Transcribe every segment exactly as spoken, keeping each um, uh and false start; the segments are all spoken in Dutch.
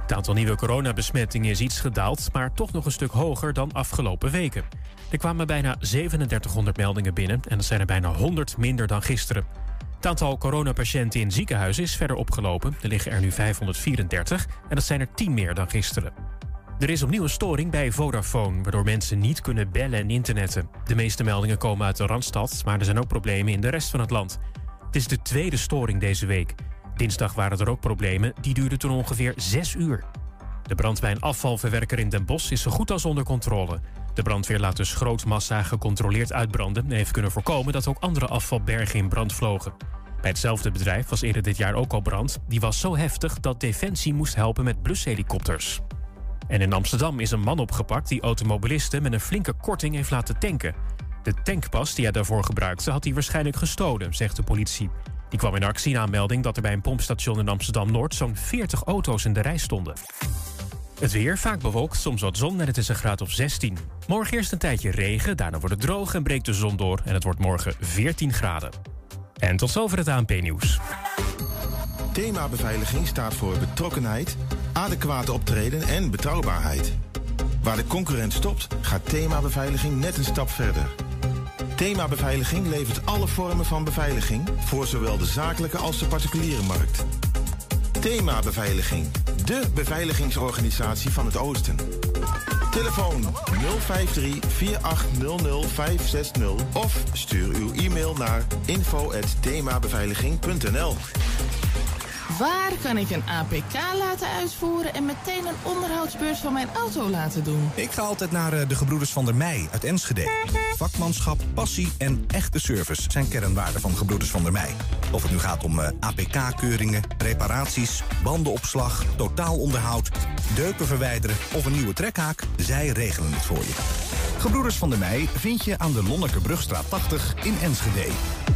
Het aantal nieuwe coronabesmettingen is iets gedaald, maar toch nog een stuk hoger dan afgelopen weken. Er kwamen bijna zevenendertighonderd meldingen binnen en dat zijn er bijna honderd minder dan gisteren. Het aantal coronapatiënten in ziekenhuizen is verder opgelopen. Er liggen er nu vijfhonderdvierendertig en dat zijn er tien meer dan gisteren. Er is opnieuw een storing bij Vodafone, waardoor mensen niet kunnen bellen en internetten. De meeste meldingen komen uit de Randstad, maar er zijn ook problemen in de rest van het land. Het is de tweede storing deze week. Dinsdag waren er ook problemen, die duurden toen ongeveer zes uur. De brand bij een afvalverwerker in Den Bosch is zo goed als onder controle. De brandweer laat dus groot massa gecontroleerd uitbranden en heeft kunnen voorkomen dat ook andere afvalbergen in brand vlogen. Bij hetzelfde bedrijf was eerder dit jaar ook al brand. Die was zo heftig dat Defensie moest helpen met blushelikopters. En in Amsterdam is een man opgepakt die automobilisten met een flinke korting heeft laten tanken. De tankpas die hij daarvoor gebruikte had hij waarschijnlijk gestolen, zegt de politie. Die kwam in actie na een melding dat er bij een pompstation in Amsterdam-Noord zo'n veertig auto's in de rij stonden. Het weer, vaak bewolkt, soms wat zon en het is een graad of zestien. Morgen eerst een tijdje regen, daarna wordt het droog en breekt de zon door en het wordt morgen veertien graden. En tot zover het A N P-nieuws. Thema beveiliging staat voor betrokkenheid, adequate optreden en betrouwbaarheid. Waar de concurrent stopt, gaat Thema beveiliging net een stap verder. Thema beveiliging levert alle vormen van beveiliging voor zowel de zakelijke als de particuliere markt. Thema beveiliging, de beveiligingsorganisatie van het Oosten. Telefoon nul vijf drie vier acht nul nul vijf zes nul of stuur uw e-mail naar info at themabeveiliging punt n l. Waar kan ik een A P K laten uitvoeren en meteen een onderhoudsbeurs van mijn auto laten doen? Ik ga altijd naar uh, de Gebroeders van der Meij uit Enschede. Vakmanschap, passie en echte service zijn kernwaarden van Gebroeders van der Meij. Of het nu gaat om uh, A P K-keuringen, reparaties, bandenopslag, totaalonderhoud, deuken verwijderen of een nieuwe trekhaak, zij regelen het voor je. Gebroeders van der Meij vind je aan de Lonnekerbrugstraat tachtig in Enschede.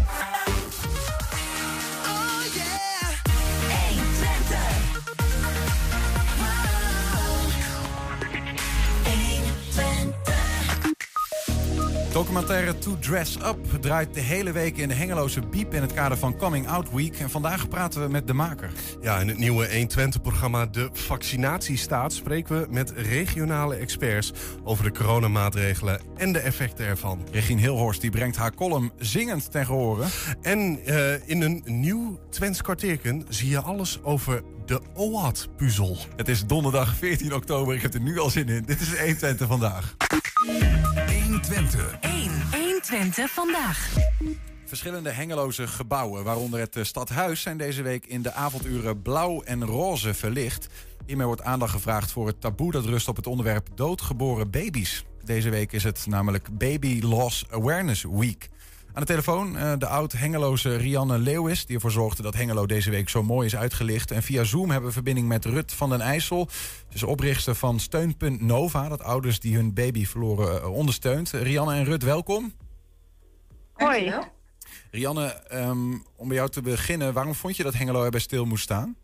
Documentaire To Dress Up draait de hele week in de Hengeloze Biep in het kader van Coming Out Week. En vandaag praten we met de maker. Ja, in het nieuwe honderdtwintig-programma De Vaccinatiestaat spreken we met regionale experts over de coronamaatregelen en de effecten ervan. Regine Hilhorst die brengt haar column zingend ten gehore. En uh, in een nieuw Twents kwartierken zie je alles over de O A T-puzzel. Het is donderdag veertien oktober, ik heb er nu al zin in. Dit is honderdtwintig vandaag. honderdtwintig. honderdtwintig vandaag. Verschillende Hengeloze gebouwen, waaronder het Stadhuis, zijn deze week in de avonduren blauw en roze verlicht. Hiermee wordt aandacht gevraagd voor het taboe dat rust op het onderwerp doodgeboren baby's. Deze week is het namelijk Baby Loss Awareness Week. Aan de telefoon uh, de oud-Hengeloze Rianne Leeuwis, die ervoor zorgde dat Hengelo deze week zo mooi is uitgelicht. En via Zoom hebben we verbinding met Rut van den IJssel. Ze is oprichter van Steunpunt Nova, dat ouders die hun baby verloren uh, ondersteunt. Rianne en Rut, welkom. Hoi. Rianne, um, om bij jou te beginnen, waarom vond je dat Hengelo erbij stil moest staan?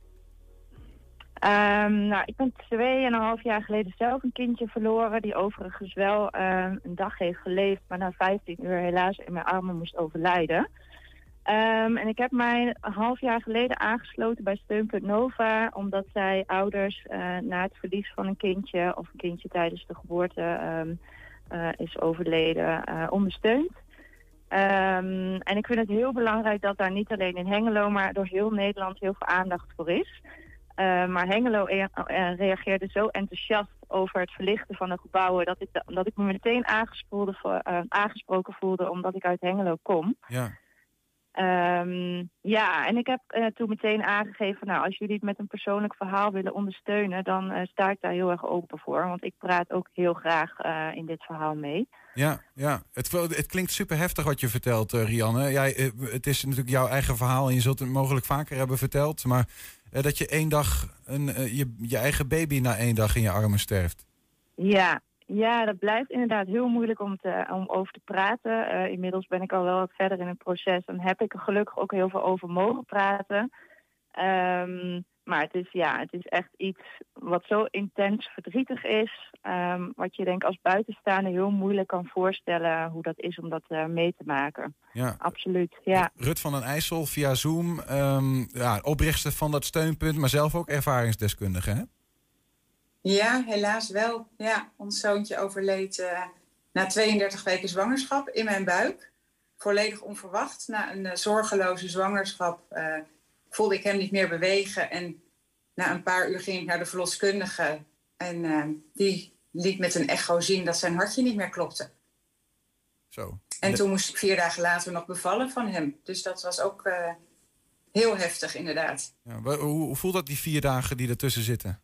Um, nou, ik ben twee en een half jaar geleden zelf een kindje verloren, die overigens wel um, een dag heeft geleefd, maar na vijftien uur helaas in mijn armen moest overlijden. Um, en ik heb mij een half jaar geleden aangesloten bij Steunpunt Nova, omdat zij ouders uh, na het verlies van een kindje of een kindje tijdens de geboorte um, uh, is overleden, uh, ondersteunt. Um, en ik vind het heel belangrijk dat daar niet alleen in Hengelo, maar door heel Nederland heel veel aandacht voor is. Uh, maar Hengelo e- uh, reageerde zo enthousiast over het verlichten van de gebouwen dat ik, dat ik me meteen aangesproken, voor, uh, aangesproken voelde omdat ik uit Hengelo kom. Ja. Um, ja, en ik heb uh, toen meteen aangegeven, nou, als jullie het met een persoonlijk verhaal willen ondersteunen, dan uh, sta ik daar heel erg open voor. Want ik praat ook heel graag uh, in dit verhaal mee. Ja, ja. Het, het klinkt super heftig wat je vertelt, uh, Rianne. Jij, uh, het is natuurlijk jouw eigen verhaal en je zult het mogelijk vaker hebben verteld. Maar uh, dat je één dag een, uh, je, je eigen baby na één dag in je armen sterft. Ja. Ja, dat blijft inderdaad heel moeilijk om, te, om over te praten. Uh, inmiddels ben ik al wel wat verder in het proces en heb ik er gelukkig ook heel veel over mogen praten. Um, maar het is, ja, het is echt iets wat zo intens verdrietig is, um, wat je denk als buitenstaander heel moeilijk kan voorstellen hoe dat is om dat uh, mee te maken. Ja. Absoluut, ja. Rut van den IJssel via Zoom, um, ja, oprichter van dat steunpunt, maar zelf ook ervaringsdeskundige, hè? Ja, helaas wel. Ja, ons zoontje overleed uh, na tweeëndertig weken zwangerschap in mijn buik. Volledig onverwacht. Na een uh, zorgeloze zwangerschap uh, voelde ik hem niet meer bewegen. En na een paar uur ging ik naar de verloskundige. En uh, die liet met een echo zien dat zijn hartje niet meer klopte. Zo. En toen moest ik vier dagen later nog bevallen van hem. Dus dat was ook uh, heel heftig, inderdaad. Ja, hoe, hoe voelt dat, die vier dagen die ertussen zitten?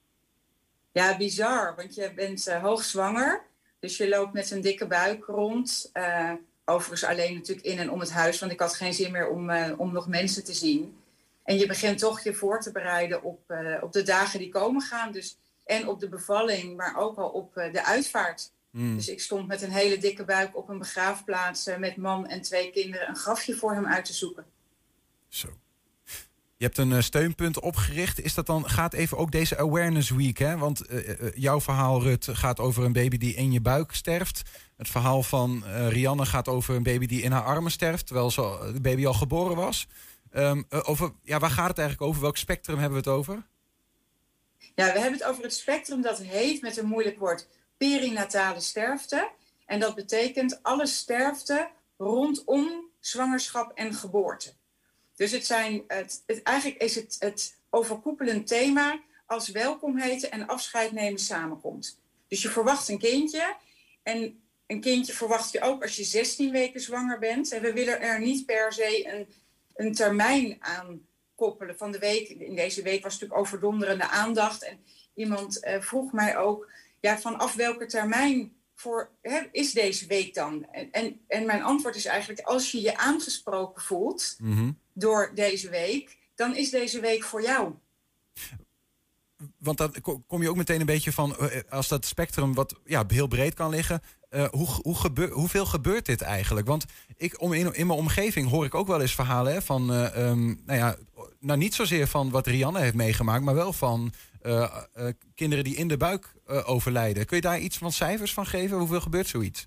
Ja, bizar. Want je bent uh, hoogzwanger. Dus je loopt met een dikke buik rond. Uh, overigens alleen natuurlijk in en om het huis. Want ik had geen zin meer om, uh, om nog mensen te zien. En je begint toch je voor te bereiden op, uh, op de dagen die komen gaan. Dus, en op de bevalling, maar ook al op uh, de uitvaart. Mm. Dus ik stond met een hele dikke buik op een begraafplaats uh, met man en twee kinderen een grafje voor hem uit te zoeken. Zo. Je hebt een uh, steunpunt opgericht. Is dat dan, gaat even ook deze Awareness Week, hè? Want uh, uh, jouw verhaal, Rut, gaat over een baby die in je buik sterft. Het verhaal van uh, Rianne gaat over een baby die in haar armen sterft, terwijl zo, de baby al geboren was. Um, uh, over, ja, waar gaat het eigenlijk over? Welk spectrum hebben we het over? Ja, we hebben het over het spectrum dat heet met een moeilijk woord perinatale sterfte. En dat betekent alle sterfte rondom zwangerschap en geboorte. Dus het zijn, het, het, eigenlijk is het het overkoepelend thema als welkom heten en afscheid nemen samenkomt. Dus je verwacht een kindje en een kindje verwacht je ook als je zestien weken zwanger bent. En we willen er niet per se een, een termijn aan koppelen. Van de week, in deze week was het natuurlijk overdonderende aandacht. En iemand uh, vroeg mij ook, ja, vanaf welke termijn voor, hè, is deze week dan? En, en, en mijn antwoord is eigenlijk, als je je aangesproken voelt mm-hmm. door deze week, dan is deze week voor jou. Want dan kom je ook meteen een beetje van, als dat spectrum wat ja, heel breed kan liggen, uh, hoe, hoe gebeur, hoeveel gebeurt dit eigenlijk? Want ik, om, in, in mijn omgeving hoor ik ook wel eens verhalen hè, van, uh, um, nou ja, nou niet zozeer van wat Rianne heeft meegemaakt, maar wel van uh, uh, kinderen die in de buik uh, overlijden. Kun je daar iets van cijfers van geven? Hoeveel gebeurt zoiets?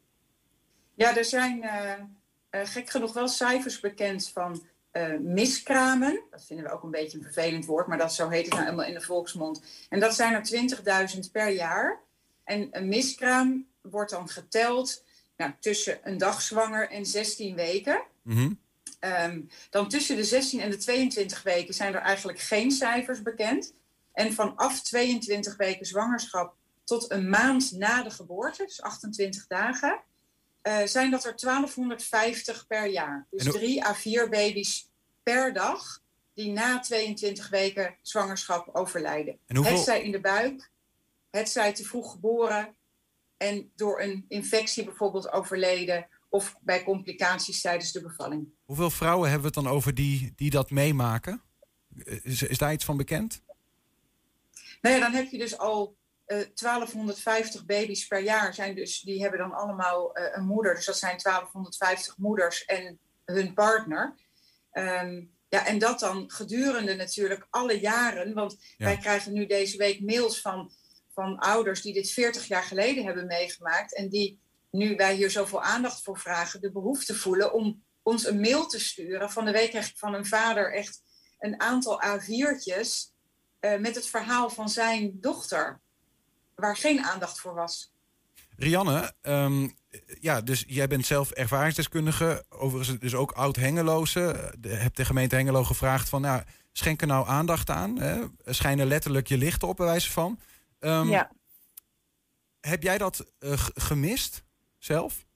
Ja, er zijn uh, uh, gek genoeg wel cijfers bekend van Uh, miskramen. Dat vinden we ook een beetje een vervelend woord, maar dat zo heet het nou helemaal in de volksmond. En dat zijn er twintigduizend per jaar. En een miskraam wordt dan geteld nou, tussen een dag zwanger en zestien weken. Mm-hmm. Um, dan tussen de zestien en de tweeëntwintig weken zijn er eigenlijk geen cijfers bekend. En vanaf tweeëntwintig weken zwangerschap tot een maand na de geboorte, dus achtentwintig dagen... Uh, zijn dat er twaalfhonderdvijftig per jaar. Dus drie à vier baby's per dag die na tweeëntwintig weken zwangerschap overlijden. Hoeveel... Het zij in de buik, het zij te vroeg geboren en door een infectie bijvoorbeeld overleden of bij complicaties tijdens de bevalling. Hoeveel vrouwen hebben we het dan over die, die dat meemaken? Is, is daar iets van bekend? Nou ja, dan heb je dus al Uh, twaalfhonderdvijftig baby's per jaar zijn dus, die hebben dan allemaal uh, een moeder. Dus dat zijn twaalfhonderdvijftig moeders en hun partner. Um, ja, en dat dan gedurende natuurlijk alle jaren. Want ja. wij krijgen nu deze week mails van, van ouders die dit veertig jaar geleden hebben meegemaakt. En die, nu wij hier zoveel aandacht voor vragen, de behoefte voelen om ons een mail te sturen. Van de week kreeg ik van een vader echt een aantal A viertjes uh, met het verhaal van zijn dochter, waar geen aandacht voor was. Rianne, um, ja, dus jij bent zelf ervaringsdeskundige, overigens dus ook oud-Hengeloze. Je hebt de gemeente Hengelo gevraagd van, nou, schenk er nou aandacht aan. Hè? Schijn er letterlijk je licht op, bij wijze van. Um, ja. Heb jij dat uh, gemist, zelf?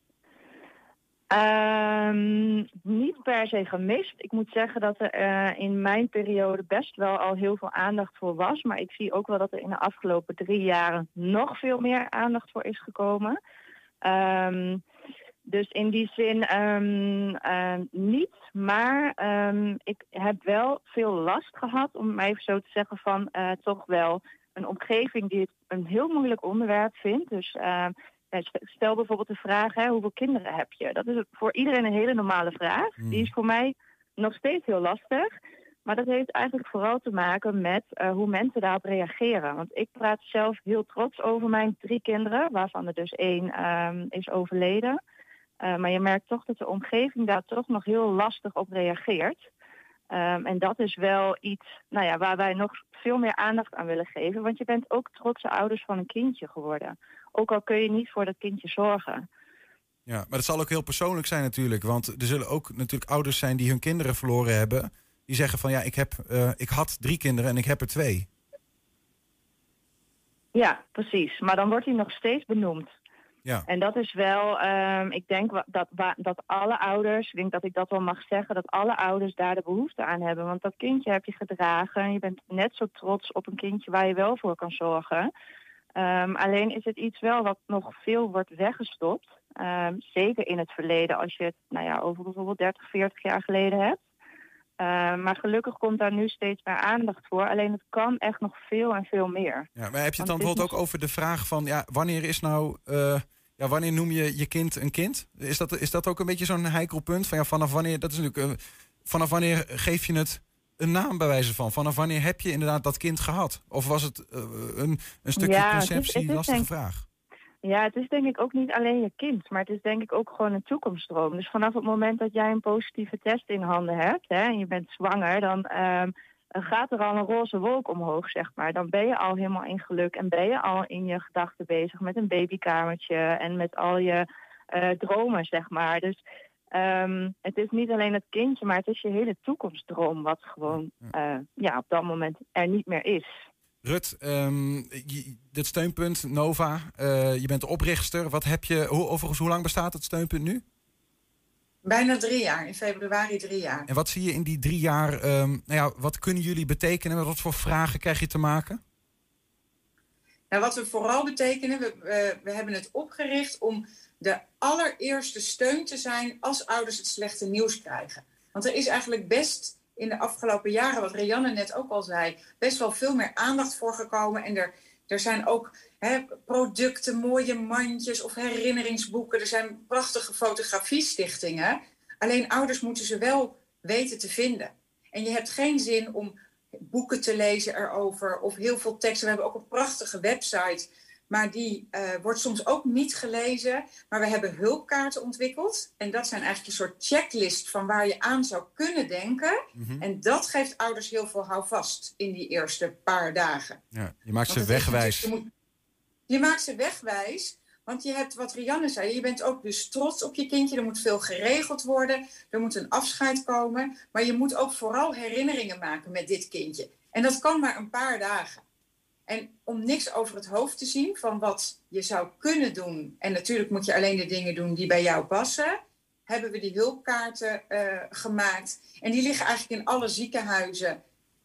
Um, niet per se gemist. Ik moet zeggen dat er uh, in mijn periode best wel al heel veel aandacht voor was. Maar ik zie ook wel dat er in de afgelopen drie jaren nog veel meer aandacht voor is gekomen. Um, dus in die zin um, uh, niet. Maar um, ik heb wel veel last gehad, om maar even zo te zeggen, van uh, toch wel een omgeving die het een heel moeilijk onderwerp vindt. Dus Uh, stel bijvoorbeeld de vraag, hè, hoeveel kinderen heb je? Dat is voor iedereen een hele normale vraag. Mm. Die is voor mij nog steeds heel lastig. Maar dat heeft eigenlijk vooral te maken met uh, hoe mensen daarop reageren. Want ik praat zelf heel trots over mijn drie kinderen, waarvan er dus één um, is overleden. Uh, maar je merkt toch dat de omgeving daar toch nog heel lastig op reageert. Um, en dat is wel iets nou ja, waar wij nog veel meer aandacht aan willen geven. Want je bent ook trotse ouders van een kindje geworden. Ook al kun je niet voor dat kindje zorgen. Ja, maar dat zal ook heel persoonlijk zijn natuurlijk. Want er zullen ook natuurlijk ouders zijn die hun kinderen verloren hebben. Die zeggen van ja, ik, heb, uh, ik had drie kinderen en ik heb er twee. Ja, precies. Maar dan wordt hij nog steeds benoemd. Ja. En dat is wel, um, ik denk dat, dat alle ouders, ik denk dat ik dat wel mag zeggen, dat alle ouders daar de behoefte aan hebben. Want dat kindje heb je gedragen en je bent net zo trots op een kindje waar je wel voor kan zorgen. Um, alleen is het iets wel wat nog veel wordt weggestopt. Um, zeker in het verleden, als je het nou ja, over bijvoorbeeld dertig, veertig jaar geleden hebt. Uh, maar gelukkig komt daar nu steeds meer aandacht voor. Alleen het kan echt nog veel en veel meer. Ja, maar heb je het dan Want bijvoorbeeld nog... ook over de vraag van ja, wanneer is nou, uh, ja, wanneer noem je je kind een kind? Is dat, is dat ook een beetje zo'n heikel punt? Van ja, vanaf wanneer, dat is natuurlijk, uh, vanaf wanneer geef je het een naam bij wijze van? Vanaf wanneer heb je inderdaad dat kind gehad? Of was het uh, een, een stukje ja, conceptie, het is, het is lastige denk... vraag? Ja, het is denk ik ook niet alleen je kind, maar het is denk ik ook gewoon een toekomstdroom. Dus vanaf het moment dat jij een positieve test in handen hebt, hè, en je bent zwanger, dan um, gaat er al een roze wolk omhoog, zeg maar. Dan ben je al helemaal in geluk en ben je al in je gedachten bezig met een babykamertje en met al je uh, dromen, zeg maar. Dus um, het is niet alleen het kindje, maar het is je hele toekomstdroom wat gewoon uh, ja, op dat moment er niet meer is. Rut, um, je, dit steunpunt, Nova, uh, je bent de oprichter. Wat heb je, hoe, overigens, hoe lang bestaat het steunpunt nu? Bijna drie jaar, in februari drie jaar. En wat zie je in die drie jaar, um, nou ja, wat kunnen jullie betekenen? Met wat voor vragen krijg je te maken? Nou, wat we vooral betekenen, we, we, we hebben het opgericht om de allereerste steun te zijn als ouders het slechte nieuws krijgen. Want er is eigenlijk best in de afgelopen jaren, wat Rianne net ook al zei, best wel veel meer aandacht voor gekomen. En er, er zijn ook hè, producten, mooie mandjes of herinneringsboeken. Er zijn prachtige fotografiestichtingen. Alleen ouders moeten ze wel weten te vinden. En je hebt geen zin om boeken te lezen erover of heel veel teksten. We hebben ook een prachtige website, maar die uh, wordt soms ook niet gelezen. Maar we hebben hulpkaarten ontwikkeld. En dat zijn eigenlijk een soort checklist van waar je aan zou kunnen denken. Mm-hmm. En dat geeft ouders heel veel houvast in die eerste paar dagen. Ja, je maakt ze wegwijs. Je, moet, je maakt ze wegwijs. Want je hebt, wat Rianne zei, je bent ook dus trots op je kindje. Er moet veel geregeld worden. Er moet een afscheid komen. Maar je moet ook vooral herinneringen maken met dit kindje. En dat kan maar een paar dagen. En om niks over het hoofd te zien van wat je zou kunnen doen, en natuurlijk moet je alleen de dingen doen die bij jou passen, hebben we die hulpkaarten uh, gemaakt. En die liggen eigenlijk in alle ziekenhuizen.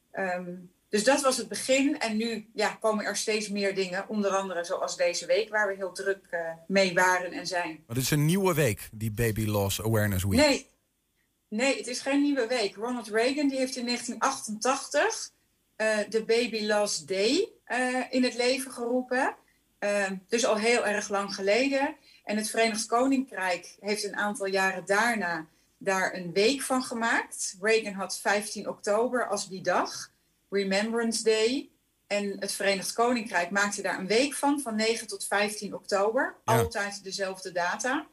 Um, dus dat was het begin. En nu ja, komen er steeds meer dingen, onder andere zoals deze week, waar we heel druk uh, mee waren en zijn. Maar dit is een nieuwe week, die Baby Loss Awareness Week. Nee, nee, het is geen nieuwe week. Ronald Reagan die heeft in negentien achtentachtig uh, de Baby Loss Day Uh, in het leven geroepen. Uh, dus al heel erg lang geleden. En het Verenigd Koninkrijk heeft een aantal jaren daarna daar een week van gemaakt. Reagan had vijftien oktober als die dag. Remembrance Day. En het Verenigd Koninkrijk maakte daar een week van, van negen tot vijftien oktober. Ja. Altijd dezelfde data.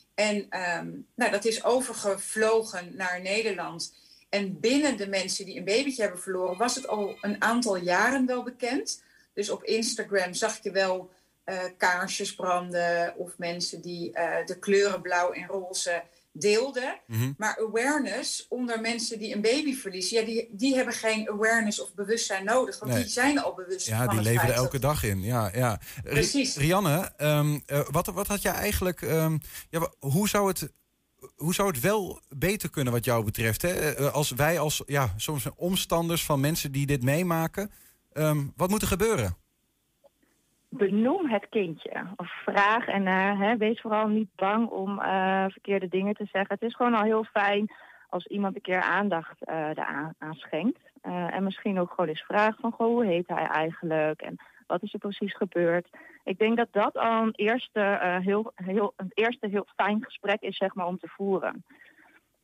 En um, nou, dat is overgevlogen naar Nederland. En binnen de mensen die een babytje hebben verloren, was het al een aantal jaren wel bekend. Dus op Instagram zag je wel uh, kaarsjes branden of mensen die uh, de kleuren blauw en roze deelden. Mm-hmm. Maar awareness onder mensen die een baby verliezen, ja, die, die hebben geen awareness of bewustzijn nodig. Want nee. die zijn al bewust ja, van die het leven feit er elke dat... dag in. Ja, ja. Precies. Rianne, um, uh, wat, wat had jij eigenlijk... Um, ja, hoe zou het... Hoe zou het wel beter kunnen wat jou betreft? Hè? Als wij als ja, soms omstanders van mensen die dit meemaken, um, wat moet er gebeuren? Benoem het kindje. Of vraag en uh, hè, wees vooral niet bang om uh, verkeerde dingen te zeggen. Het is gewoon al heel fijn als iemand een keer aandacht uh, eraan aan schenkt. Uh, en misschien ook gewoon eens vraagt van, goh, hoe heet hij eigenlijk? En wat is er precies gebeurd? Ik denk dat dat al een eerste, uh, heel, heel, een eerste heel fijn gesprek is, zeg maar, om te voeren.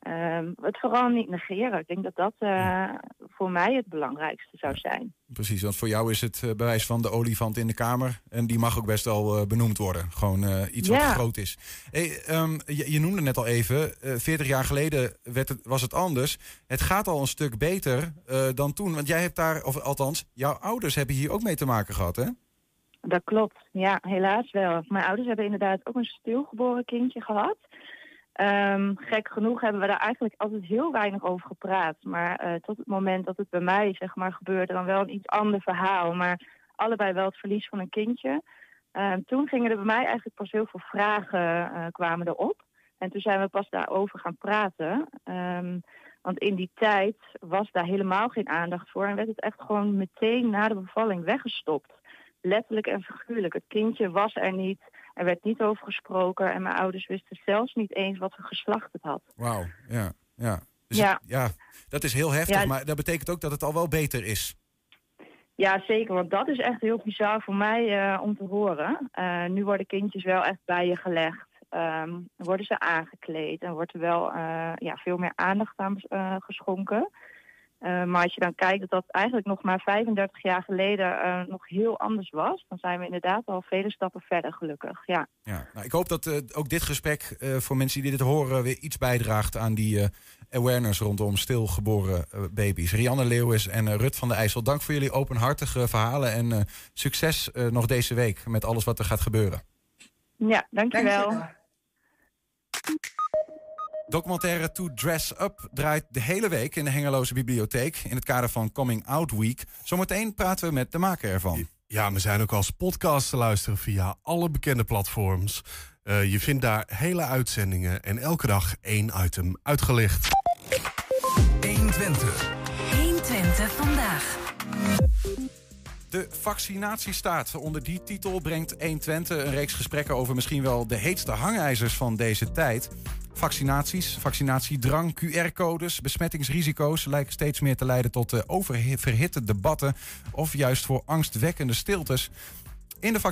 um, het vooral niet negeren. Ik denk dat dat uh, voor mij het belangrijkste zou zijn. Precies, want voor jou is het uh, bewijs van de olifant in de kamer. En die mag ook best wel uh, benoemd worden. Gewoon uh, iets ja. wat groot is. Hey, um, je, je noemde net al even, uh, veertig jaar geleden werd het, was het anders. Het gaat al een stuk beter uh, dan toen. Want jij hebt daar, of althans, jouw ouders hebben hier ook mee te maken gehad, hè? Dat klopt, ja, helaas wel. Mijn ouders hebben inderdaad ook een stilgeboren kindje gehad. Um, gek genoeg hebben we daar eigenlijk altijd heel weinig over gepraat. Maar uh, tot het moment dat het bij mij zeg maar gebeurde, dan wel een iets ander verhaal. Maar allebei wel het verlies van een kindje. Um, toen gingen er bij mij eigenlijk pas heel veel vragen uh, kwamen erop. En toen zijn we pas daarover gaan praten. Um, want in die tijd was daar helemaal geen aandacht voor. En werd het echt gewoon meteen na de bevalling weggestopt. Letterlijk en figuurlijk. Het kindje was er niet. Er werd niet over gesproken. En mijn ouders wisten zelfs niet eens wat voor geslacht het had. Wauw, ja. Ja. Dus ja. Het, ja, dat is heel heftig. Ja, maar dat betekent ook dat het al wel beter is. Ja, zeker. Want dat is echt heel bizar voor mij uh, om te horen. Uh, nu worden kindjes wel echt bij je gelegd. Um, worden ze aangekleed. En wordt er wel uh, ja, veel meer aandacht aan uh, geschonken. Uh, maar als je dan kijkt dat dat eigenlijk nog maar vijfendertig jaar geleden uh, nog heel anders was, dan zijn we inderdaad al vele stappen verder, gelukkig. Ja. Ja, nou, ik hoop dat uh, ook dit gesprek uh, voor mensen die dit horen weer iets bijdraagt aan die uh, awareness rondom stilgeboren uh, baby's. Rianne Leeuwis en uh, Rut van der IJssel, dank voor jullie openhartige verhalen en uh, succes uh, nog deze week met alles wat er gaat gebeuren. Ja, dankjewel. dankjewel. Documentaire To Dress Up draait de hele week in de Hengeloze Bibliotheek in het kader van Coming Out Week. Zometeen praten we met de maker ervan. Ja, we zijn ook als podcast te luisteren via alle bekende platforms. Uh, je vindt daar hele uitzendingen en elke dag één item uitgelicht. honderdtwintig. honderdtwintig vandaag. De vaccinatiestaat. Onder die titel brengt honderdtwintig een reeks gesprekken over misschien wel de heetste hangijzers van deze tijd. Vaccinaties, vaccinatiedrang, Q R-codes, besmettingsrisico's lijken steeds meer te leiden tot oververhitte debatten of juist voor angstwekkende stiltes. In de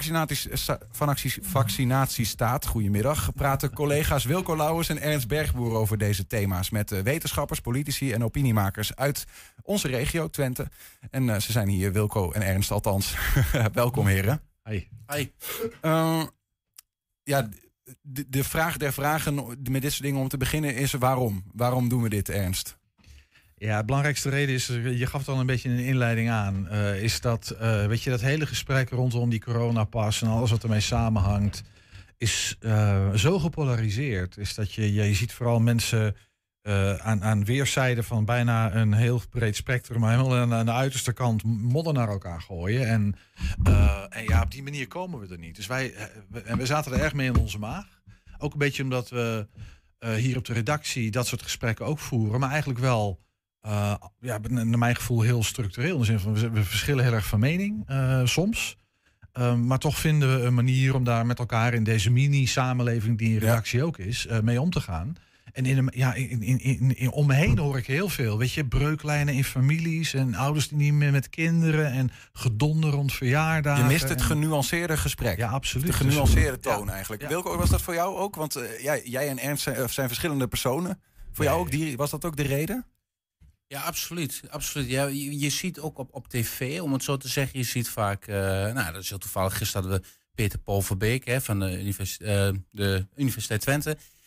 vaccinatiestaat, goedemiddag, praten collega's Wilco Lauwers en Ernst Bergboer over deze thema's met wetenschappers, politici en opiniemakers uit onze regio, Twente. En uh, ze zijn hier, Wilco en Ernst althans. Welkom, heren. Hoi. Hoi. Uh, ja, de, de vraag der vragen met dit soort dingen om te beginnen is waarom? Waarom doen we dit, Ernst? Ja, de belangrijkste reden is, je gaf het al een beetje in de inleiding aan, uh, is dat, uh, weet je, dat hele gesprek rondom die coronapas en alles wat ermee samenhangt, is uh, zo gepolariseerd. Is dat je, je ziet vooral mensen uh, aan, aan weerszijden van bijna een heel breed spectrum, maar helemaal aan, aan de uiterste kant modder naar elkaar gooien. En, uh, en ja, op die manier komen we er niet. Dus wij, we, en we zaten er erg mee in onze maag. Ook een beetje omdat we uh, hier op de redactie dat soort gesprekken ook voeren, maar eigenlijk wel Uh, ja, naar mijn gevoel heel structureel. In de zin van, we, we verschillen heel erg van mening, uh, soms. Uh, maar toch vinden we een manier om daar met elkaar in deze mini-samenleving die een redactie ja. ook is, uh, mee om te gaan. En in, ja, in, in, in, in, om me heen hoor ik heel veel. Weet je, breuklijnen in families en ouders die niet meer met kinderen en gedonder rond verjaardagen. Je mist het en genuanceerde gesprek. Ja, absoluut. De genuanceerde toon ja. eigenlijk. Ja. Wilco, was dat voor jou ook? Want uh, jij, jij en Ernst zijn, zijn verschillende personen. Voor nee. jou ook, die, was dat ook de reden? Ja, absoluut. absoluut. Ja, je, je ziet ook op, op tv, om het zo te zeggen, je ziet vaak, uh, nou, dat is heel toevallig, gisteren hadden we Peter Paul Verbeek hè, van de, univers, uh, de Universiteit Twente.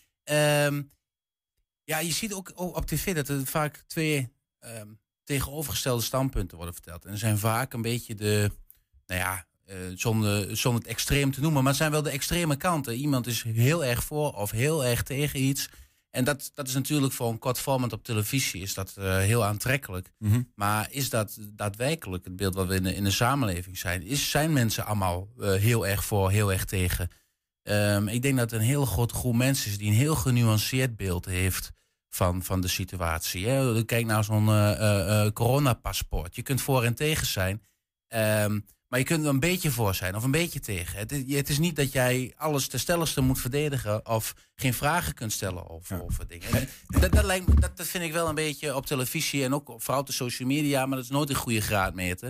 Um, ja, je ziet ook, ook op tv dat er vaak twee um, tegenovergestelde standpunten worden verteld. En er zijn vaak een beetje de, nou ja, uh, zonder, zonder het extreem te noemen, maar het zijn wel de extreme kanten. Iemand is heel erg voor of heel erg tegen iets. En dat, dat is natuurlijk voor een kort format op televisie is dat uh, heel aantrekkelijk. Mm-hmm. Maar is dat daadwerkelijk het beeld wat we in de, in de samenleving zijn? Is, zijn mensen allemaal uh, heel erg voor, heel erg tegen? Um, ik denk dat het een heel grote groep mensen is die een heel genuanceerd beeld heeft van, van de situatie. Hè? Kijk naar zo'n uh, uh, coronapaspoort. Je kunt voor en tegen zijn. Um, Maar je kunt er een beetje voor zijn of een beetje tegen. Het, het is niet dat jij alles ten stelligste moet verdedigen of geen vragen kunt stellen over, ja. over dingen. En dat, dat, lijkt, dat, dat vind ik wel een beetje op televisie en ook vooral op de social media, maar dat is nooit een goede graadmeter.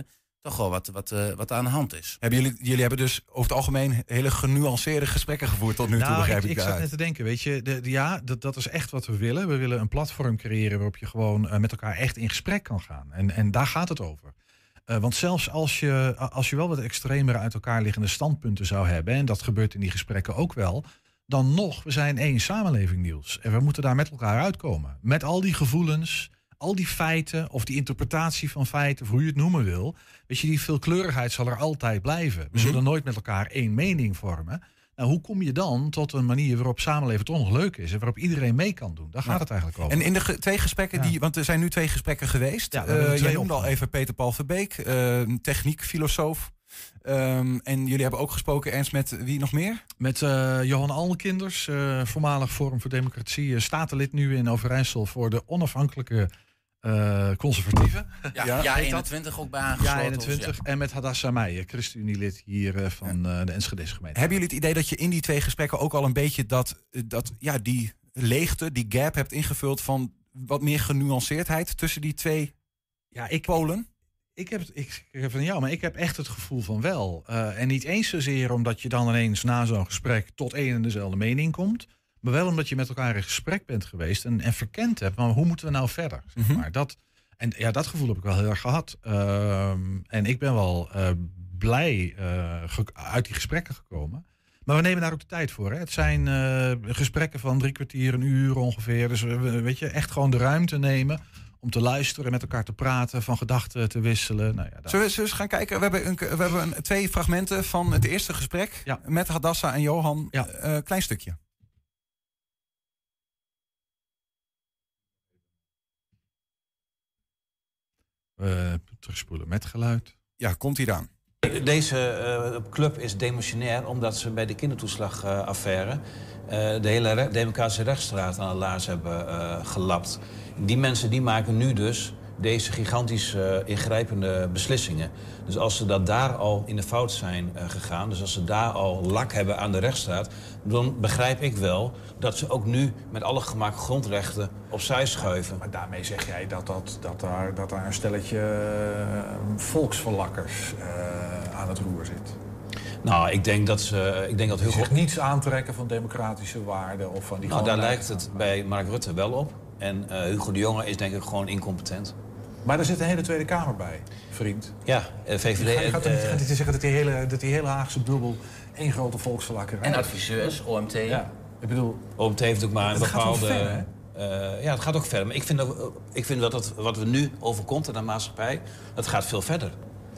toch wel wat, wat, uh, wat aan de hand is. Hebben jullie, jullie hebben dus over het algemeen hele genuanceerde gesprekken gevoerd tot nu toe, nou, begrijp ik, ik ik zat net te denken, weet je, de, de, ja, dat, dat is echt wat we willen. We willen een platform creëren waarop je gewoon uh, met elkaar echt in gesprek kan gaan. En, en daar gaat het over. Uh, want zelfs als je, als je wel wat extremere uit elkaar liggende standpunten zou hebben, en dat gebeurt in die gesprekken ook wel, dan nog, we zijn één samenleving, Niels. En we moeten daar met elkaar uitkomen. Met al die gevoelens, al die feiten, of die interpretatie van feiten, of hoe je het noemen wil. Weet je, die veelkleurigheid zal er altijd blijven. We Mm-hmm. zullen nooit met elkaar één mening vormen. Nou, hoe kom je dan tot een manier waarop samenleven toch nog leuk is en waarop iedereen mee kan doen? Daar gaat Ja. het eigenlijk over. En in de ge- twee gesprekken, Ja. die, want er zijn nu twee gesprekken geweest. Ja, we hebben er Uh, twee jij noemde al opgenomen. even Peter Paul Verbeek, uh, techniekfilosoof. Um, en jullie hebben ook gesproken, Ernst, met wie nog meer? Met uh, Johan Almekinders, uh, voormalig Forum voor Democratie, uh, statenlid nu in Overijssel voor de onafhankelijke uh, conservatieven. Ja, Ja, ja heet eenentwintig ook bij aangesloten. Ja, eenentwintig. Ja. En met Hadassa Meijer, ChristenUnie-lid hier uh, van uh, de Enschedese gemeente. Hebben jullie het idee dat je in die twee gesprekken ook al een beetje dat, dat ja, die leegte, die gap hebt ingevuld van wat meer genuanceerdheid tussen die twee Ja, ik, polen? Ik heb, het, ik, ik heb van jou, maar ik heb echt het gevoel van wel. Uh, en niet eens zozeer omdat je dan ineens na zo'n gesprek tot één en dezelfde mening komt. Maar wel omdat je met elkaar in gesprek bent geweest en, en verkend hebt. Maar hoe moeten we nou verder? Zeg Mm-hmm. maar. dat, en ja, dat gevoel heb ik wel heel erg gehad. Uh, en ik ben wel uh, blij uh, ge- uit die gesprekken gekomen. Maar we nemen daar ook de tijd voor. Hè. Het zijn uh, gesprekken van drie kwartier, een uur ongeveer. Dus we, weet je, echt gewoon de ruimte nemen om te luisteren, met elkaar te praten, van gedachten te wisselen. Nou ja, dat... Zullen we, zullen we eens gaan kijken? We hebben, een, we hebben een, twee fragmenten van het eerste gesprek Ja. met Hadassa en Johan. Ja. Uh, klein stukje. Uh, terugspoelen met geluid. Ja, komt hier aan. Deze uh, club is demissionair omdat ze bij de kindertoeslagaffaire uh, de hele re- democratische rechtsstraat aan de laars hebben uh, gelapt. Die mensen die maken nu dus deze gigantisch uh, ingrijpende beslissingen. Dus als ze dat daar al in de fout zijn uh, gegaan, dus als ze daar al lak hebben aan de rechtsstaat, dan begrijp ik wel dat ze ook nu met alle gemak grondrechten opzij schuiven. Maar daarmee zeg jij dat, dat, dat, daar, dat daar een stelletje uh, volksverlakkers uh, aan het roer zit. Nou, ik denk dat ze, ik denk dat Die Hugo zich niets aantrekken van democratische waarden of van die. Nou, daar gewoon- lijkt het bij Mark Rutte wel op. En uh, Hugo de Jonge is denk ik gewoon incompetent. Maar er zit een hele Tweede Kamer bij, vriend. Ja, uh, V V D... Je gaat, gaat toch niet uh, gaat niet zeggen dat die hele, dat die hele Haagse bubbel één grote volksverlakkerij En is? adviseurs, O M T. Ja, ik bedoel... O M T heeft ook maar een Het gaat wel bepaalde... ver, uh, ja, het gaat ook verder. Maar ik vind dat, ik vind dat het, wat we nu overkomt in de maatschappij, dat gaat veel verder.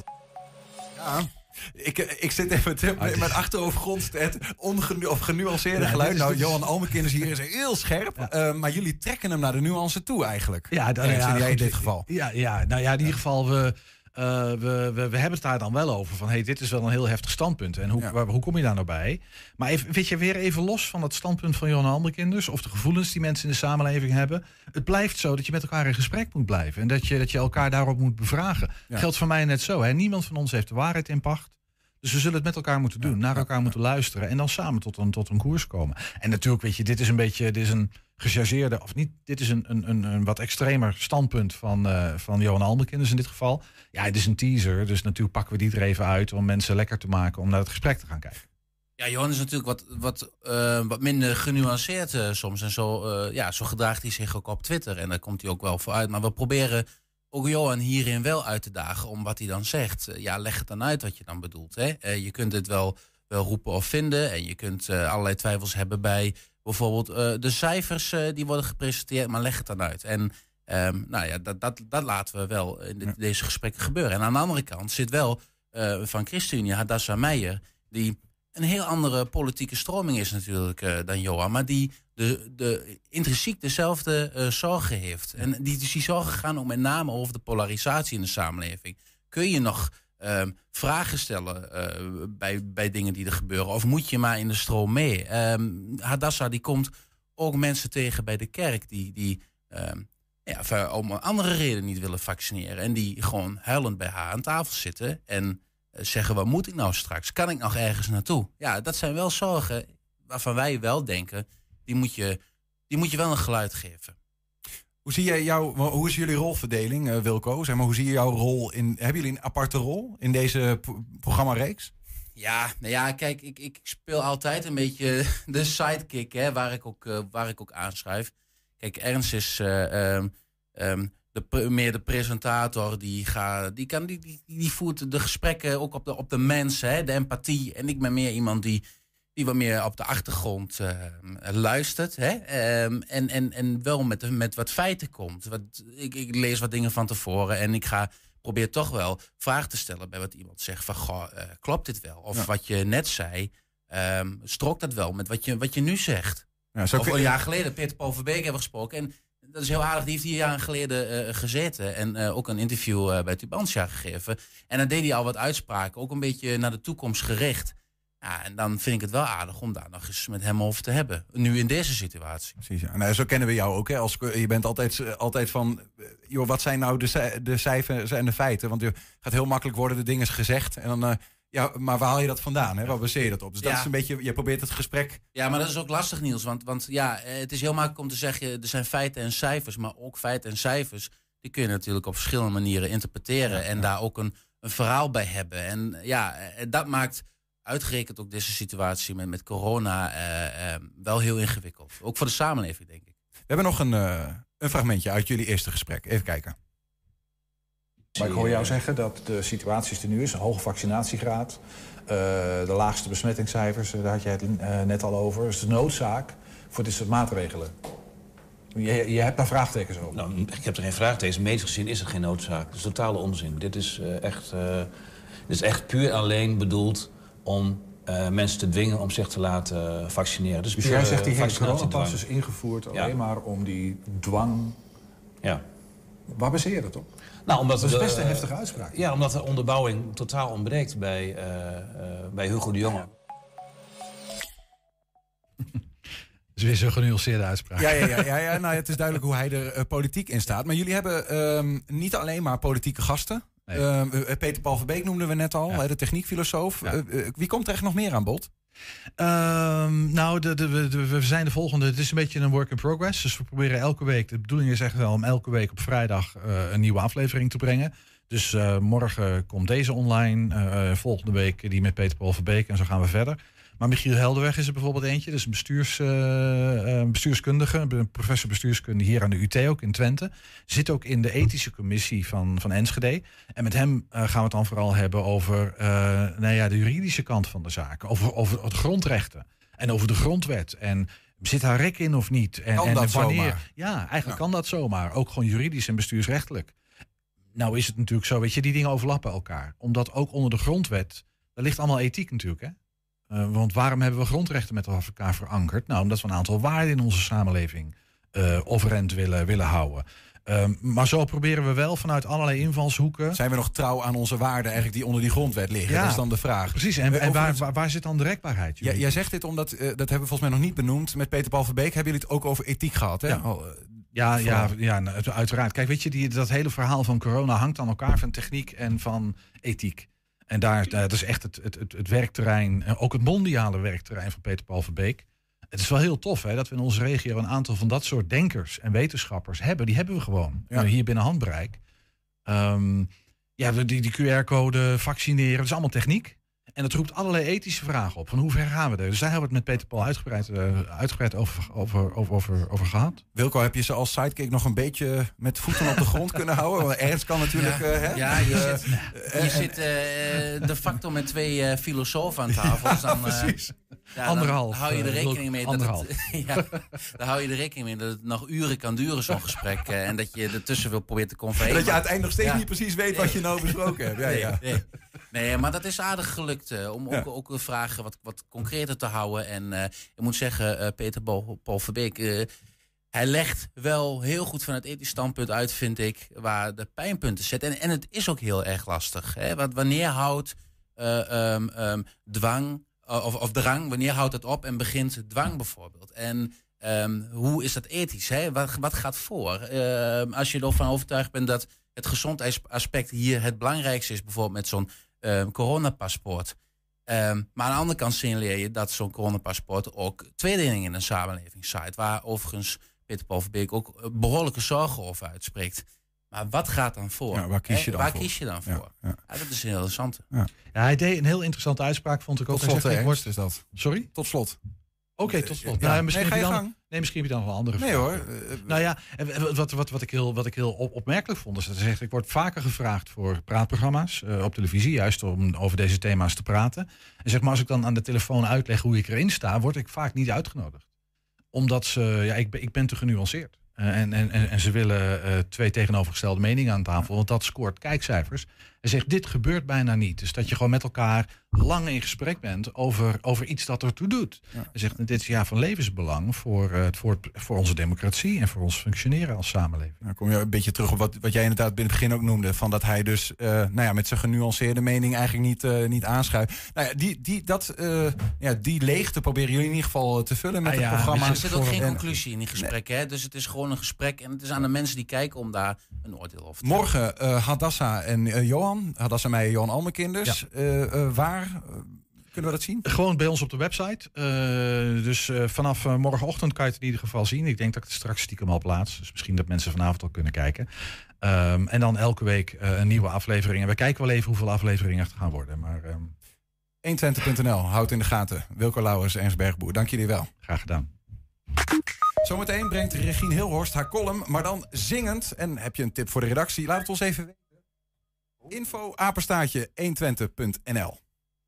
Ja. Ik, ik zit even te, met mijn achterhoofdgrond het ongenu, of genuanceerde Ja, geluid. dit is- Nou, dit is- Johan Almekinders hier is heel scherp. Ja. Uh, maar jullie trekken hem naar de nuance toe eigenlijk. Ja, dan, Ernst, ja, jij in goed, dit geval. Ja, ja, nou ja, in ieder geval, we, uh, we, we, we hebben het daar dan wel over. Van, hey, dit is wel een heel heftig standpunt. En hoe, Ja. waar, hoe kom je daar nou bij? Maar even, weet je, weer even los van het standpunt van Johan Almekinders, of de gevoelens die mensen in de samenleving hebben. Het blijft zo dat je met elkaar in gesprek moet blijven. En dat je, dat je elkaar daarop moet bevragen. Ja. Geldt voor mij net zo. Hè? Niemand van ons heeft de waarheid in pacht. Dus we zullen het met elkaar moeten doen, naar elkaar moeten luisteren en dan samen tot een, tot een koers komen. En natuurlijk, weet je, dit is een beetje, dit is een gechargeerde, of niet, dit is een, een, een, een wat extremer standpunt van, uh, van Johan Almekinders in dit geval. Ja, het is een teaser, dus natuurlijk pakken we die er even uit om mensen lekker te maken om naar het gesprek te gaan kijken. Ja, Johan is natuurlijk wat, wat, uh, wat minder genuanceerd uh, soms. En zo, uh, ja, zo gedraagt hij zich ook op Twitter. En daar komt hij ook wel voor uit. Maar we proberen ook Johan hierin wel uit te dagen om wat hij dan zegt. Uh, ja, leg het dan uit wat je dan bedoelt. Hè? Uh, je kunt het wel, wel roepen of vinden. En je kunt uh, allerlei twijfels hebben bij bijvoorbeeld uh, de cijfers uh, die worden gepresenteerd. Maar leg het dan uit. En um, nou ja, dat, dat, dat laten we wel in de, Ja. deze gesprekken gebeuren. En aan de andere kant zit wel uh, van ChristenUnie, Hadassa Meijer, die een heel andere politieke stroming is natuurlijk uh, dan Johan, maar die de, de intrinsiek dezelfde uh, zorgen heeft. En die, dus die zorgen gaan ook met name over de polarisatie in de samenleving. Kun je nog uh, vragen stellen uh, bij, bij dingen die er gebeuren? Of moet je maar in de stroom mee? Um, Hadassa die komt ook mensen tegen bij de kerk die, die um, ja, om een andere reden niet willen vaccineren. En die gewoon huilend bij haar aan tafel zitten en zeggen, wat moet ik nou straks? Kan ik nog ergens naartoe? Ja, dat zijn wel zorgen waarvan wij wel denken, die moet je, die moet je wel een geluid geven. Hoe zie jij jou, hoe is jullie rolverdeling, uh, Wilco? Zeg maar, hoe zie je jouw rol in? Hebben jullie een aparte rol in deze pro- programmareeks? Ja, nou ja, kijk, ik, ik speel altijd een beetje de sidekick, hè, waar ik ook, uh, waar ik ook aanschrijf. Kijk, Ernst is uh, um, um, de, pre- meer de presentator, die, ga, die, kan, die, die, die voert de gesprekken ook op de, op de mensen, hè, de empathie. En ik ben meer iemand die, die wat meer op de achtergrond uh, luistert. Hè, um, en, en, en wel met, met wat feiten komt. Wat, ik, ik lees wat dingen van tevoren en ik ga... probeer toch wel vragen te stellen bij wat iemand zegt. Van, goh, uh, klopt dit wel? Of ja. wat je net zei, um, strookt dat wel met wat je, wat je nu zegt? Ja, zo of een jaar geleden, Peter Paul Verbeek hebben we gesproken. En dat is heel aardig, die heeft hier jaren geleden uh, gezeten. En uh, ook een interview uh, bij Tubantia gegeven. En dan deed hij al wat uitspraken, ook een beetje naar de toekomst gericht. Ja, en dan vind ik het wel aardig om daar nog eens met hem over te hebben. Nu in deze situatie. Precies, ja. Nou, zo kennen we jou ook. Hè? Als, je bent altijd, altijd van... Joh, wat zijn nou de, de cijfers en de feiten? Want je gaat heel makkelijk worden de dingen gezegd. En dan, uh, ja, maar waar haal je dat vandaan? Hè? Waar baseer je dat op? Dus dat ja. is een beetje... Je probeert het gesprek... Ja, maar dat is ook lastig, Niels. Want, want ja, het is heel makkelijk om te zeggen... er zijn feiten en cijfers. Maar ook feiten en cijfers... die kun je natuurlijk op verschillende manieren interpreteren. Ja, en ja. daar ook een, een verhaal bij hebben. En ja, dat maakt... uitgerekend ook deze situatie met, met corona uh, uh, wel heel ingewikkeld. Ook voor de samenleving, denk ik. We hebben nog een, uh, een fragmentje uit jullie eerste gesprek. Even kijken. Maar ik hoor jou zeggen dat de situatie die er nu is, een hoge vaccinatiegraad, uh, de laagste besmettingscijfers, daar had jij het uh, net al over. Dus de noodzaak voor dit soort maatregelen. Je, je hebt daar vraagtekens over. Nou, ik heb er geen vraagtekens. Medisch gezien is het geen noodzaak. Dat is totale onzin. Dit is, uh, echt, uh, dit is echt puur alleen bedoeld om uh, mensen te dwingen om zich te laten vaccineren. Dus, dus jij zegt die hele coronapas is ingevoerd alleen ja. maar om die dwang... Ja. Waar baseer je dat op? Nou, omdat dat is de, best een heftige uitspraak. Ja, omdat de onderbouwing totaal ontbreekt bij, uh, uh, bij Hugo de Jonge. Dat is weer zo'n genuanceerde uitspraak. Ja, ja, ja, ja, ja. Nou, het is duidelijk hoe hij er uh, politiek in staat. Maar jullie hebben um, niet alleen maar politieke gasten. Nee. Uh, Peter Paul Verbeek noemden we net al, ja. de techniekfilosoof. Ja. Uh, uh, wie komt er echt nog meer aan bod? Um, nou, de, de, de, we zijn de volgende. Het is een beetje een work in progress. Dus we proberen elke week, de bedoeling is echt wel om elke week op vrijdag uh, een nieuwe aflevering te brengen. Dus uh, morgen komt deze online. Uh, volgende week die met Peter Paul Verbeek. En zo gaan we verder. Maar Michiel Helderweg is er bijvoorbeeld eentje. Dat is een bestuurs, uh, bestuurskundige, een professor bestuurskunde hier aan de U T ook in Twente. Zit ook in de ethische commissie van, van Enschede. En met hem uh, gaan we het dan vooral hebben over uh, nou ja, de juridische kant van de zaken. Over, over de grondrechten en over de grondwet. En zit daar rek in of niet? En, kan en dat wanneer? zomaar? Ja, eigenlijk ja. kan dat zomaar. Ook gewoon juridisch en bestuursrechtelijk. Nou is het natuurlijk zo, weet je, die dingen overlappen elkaar. Omdat ook onder de grondwet, daar ligt allemaal ethiek natuurlijk, hè? Uh, want waarom hebben we grondrechten met elkaar verankerd? Nou, omdat we een aantal waarden in onze samenleving uh, overeind willen, willen houden. Uh, maar zo proberen we wel vanuit allerlei invalshoeken... Zijn we nog trouw aan onze waarden eigenlijk die onder die grondwet liggen? Ja, dat is dan de vraag. Precies, en, en waar, waar, waar zit dan de rekbaarheid? Ja, jij zegt dit omdat, uh, dat hebben we volgens mij nog niet benoemd... met Peter Paul Verbeek hebben jullie het ook over ethiek gehad, hè? Ja. Oh, uh, Ja, ja, ja, uiteraard. Kijk, weet je, die, dat hele verhaal van corona hangt aan elkaar van techniek en van ethiek. En daar, dat is echt het, het, het, het werkterrein, ook het mondiale werkterrein van Peter Paul Verbeek. Het is wel heel tof hè, dat we in onze regio een aantal van dat soort denkers en wetenschappers hebben. Die hebben we gewoon ja. hier binnen handbereik. Um, ja, die, die Q R-code, vaccineren, dat is allemaal techniek. En dat roept allerlei ethische vragen op. Van hoe ver gaan we er? Dus daar hebben we het met Peter Paul uitgebreid, uh, uitgebreid over, over, over, over, over gehad. Wilco, heb je ze als sidekick nog een beetje met voeten op de grond kunnen houden? Want Ernst kan natuurlijk... Ja, uh, hè? ja je uh, zit, je uh, zit uh, de facto met twee uh, filosofen aan tafel. Dus dan, uh, precies. Ja, anderhalf. Dan hou je er rekening mee dat anderhalf. het, ja, dan hou je er rekening mee dat het nog uren kan duren, zo'n gesprek. Uh, en dat je ertussen wil proberen te convenen. Dat je uiteindelijk nog steeds ja. niet precies weet wat je nou besproken hebt. Ja, nee, ja. Nee. Nee, maar dat is aardig gelukt uh, om ja. ook, ook de vragen wat, wat concreter te houden. En uh, ik moet zeggen, uh, Peter Paul, Paul Verbeek, uh, hij legt wel heel goed van het ethisch standpunt uit, vind ik, waar de pijnpunten zitten. En, en het is ook heel erg lastig. Hè? Want wanneer houdt uh, um, um, dwang, uh, of, of drang, wanneer houdt het op en begint dwang bijvoorbeeld? En um, hoe is dat ethisch? Hè? Wat, wat gaat voor? Uh, als je ervan overtuigd bent dat het gezondheidsaspect hier het belangrijkste is, bijvoorbeeld met zo'n Uh, coronapaspoort. Um, maar aan de andere kant signaleer je dat zo'n coronapaspoort ook tweedeling in een samenleving zaait. Waar overigens Peter Paul Verbeek ook behoorlijke zorgen over uitspreekt. Maar wat gaat dan voor? Ja, waar kies je dan waar voor? Kies je dan voor? Ja, ja. Ja, dat is heel interessant. Ja. Ja, hij deed een heel interessante uitspraak, vond ik ook. Tot slot, hij zegt, ik Ernst, word... is dat. Sorry? Tot slot. Oké, okay, tot slot. Ja. Nou, misschien nee, ga je heb je dan, gang. nee, misschien heb je dan wel andere Nee vragen. hoor. Uh, nou ja, wat, wat, wat ik heel, wat ik heel opmerkelijk vond, is dat hij zegt, ik word vaker gevraagd voor praatprogramma's uh, op televisie, juist om over deze thema's te praten. En zeg maar, als ik dan aan de telefoon uitleg hoe ik erin sta, word ik vaak niet uitgenodigd. Omdat ze, ja, ik, ik ben te genuanceerd. Uh, en, en, en ze willen uh, twee tegenovergestelde meningen aan tafel, want dat scoort kijkcijfers. Hij zegt, dit gebeurt bijna niet. Dus dat je gewoon met elkaar lang in gesprek bent over, over iets dat ertoe doet. Ja. Hij zegt, dit is ja van levensbelang voor, uh, voor, voor onze democratie en voor ons functioneren als samenleving. Dan kom je een beetje terug op wat, wat jij inderdaad in het begin ook noemde. Van dat hij dus uh, nou ja, met zijn genuanceerde mening eigenlijk niet, uh, niet aanschuift. Nou ja, die, die, dat, uh, ja, die leegte proberen jullie in ieder geval te vullen met ah, het ja, programma. Er zit ook geen conclusie in die gesprekken. Nee. Hè? Dus het is gewoon een gesprek en het is aan de mensen die kijken om daar een oordeel over te hebben. Morgen uh, Hadassa en uh, Johan. Hadassa Meijer, Johan Almekinders. Ja. Uh, uh, waar uh, kunnen we dat zien? Gewoon bij ons op de website. Uh, dus uh, vanaf uh, morgenochtend kan je het in ieder geval zien. Ik denk dat ik het straks stiekem al plaats. Dus misschien dat mensen vanavond al kunnen kijken. Um, en dan elke week uh, een nieuwe aflevering. En we kijken wel even hoeveel afleveringen er gaan worden. Maar um... honderdtwintig punt n l houdt in de gaten. Wilco Lauwers, Ernst Bergboer. Dank jullie wel. Graag gedaan. Zometeen brengt Regine Hilhorst haar column, maar dan zingend. En heb je een tip voor de redactie? Laat het ons even weten. Info apenstaartje honderdtwintig punt n l.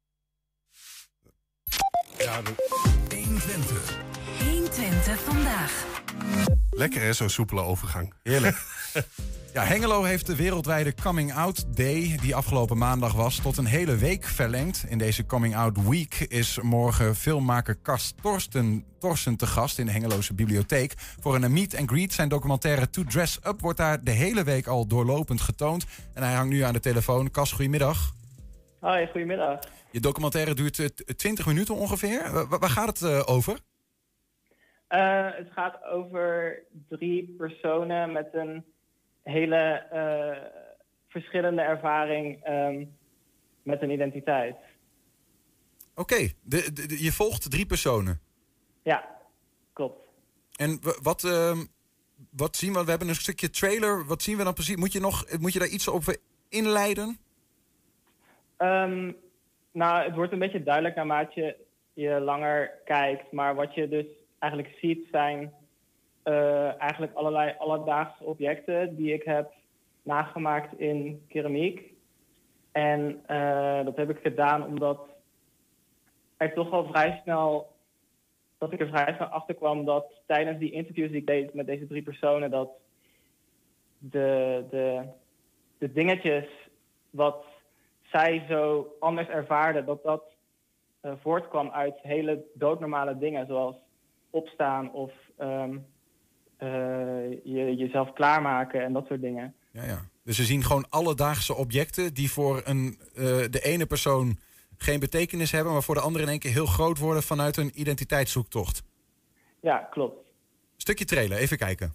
Ja, honderdtwintig. honderdtwintig vandaag. Lekker hè, zo'n soepele overgang. Heerlijk. Ja, Hengelo heeft de wereldwijde Coming Out Day, die afgelopen maandag was, tot een hele week verlengd. In deze Coming Out Week is morgen filmmaker Cas Torsten, Torsten te gast in de Hengeloze Bibliotheek. Voor een meet and greet. Zijn documentaire To Dress Up wordt daar de hele week al doorlopend getoond. En hij hangt nu aan de telefoon. Cas, goedemiddag. Hoi, goedemiddag. Je documentaire duurt twintig minuten ongeveer. Waar, waar gaat het uh, over? Uh, het gaat over drie personen met een hele uh, verschillende ervaring um, met een identiteit. Oké, okay. je volgt drie personen. Ja, klopt. En w- wat, uh, wat zien we? We hebben een stukje trailer. Wat zien we dan precies? Moet je, nog, moet je daar iets over inleiden? Um, nou, het wordt een beetje duidelijk naarmate je, je langer kijkt. Maar wat je dus eigenlijk ziet zijn Uh, eigenlijk allerlei alledaagse objecten die ik heb nagemaakt in keramiek. En uh, dat heb ik gedaan omdat er toch al vrij snel, dat ik er vrij snel achter kwam dat tijdens die interviews die ik deed met deze drie personen, dat de, de, de dingetjes wat zij zo anders ervaarden, dat dat uh, voortkwam uit hele doodnormale dingen, zoals opstaan of Um, Uh, je, jezelf klaarmaken en dat soort dingen. Ja, ja. Dus we zien gewoon alledaagse objecten die voor een, uh, de ene persoon geen betekenis hebben, maar voor de andere in één keer heel groot worden vanuit een identiteitszoektocht. Ja, klopt. Stukje trailer, even kijken.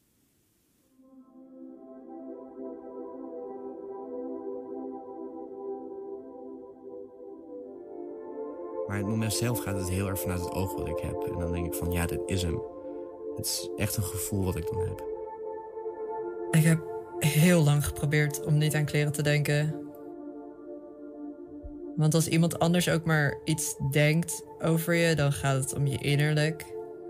Maar het moment zelf gaat het heel erg vanuit het oog wat ik heb. En dan denk ik van, ja, dit is hem. Het is echt een gevoel wat ik dan heb. Ik heb heel lang geprobeerd om niet aan kleren te denken. Want als iemand anders ook maar iets denkt over je, dan gaat het om je innerlijk.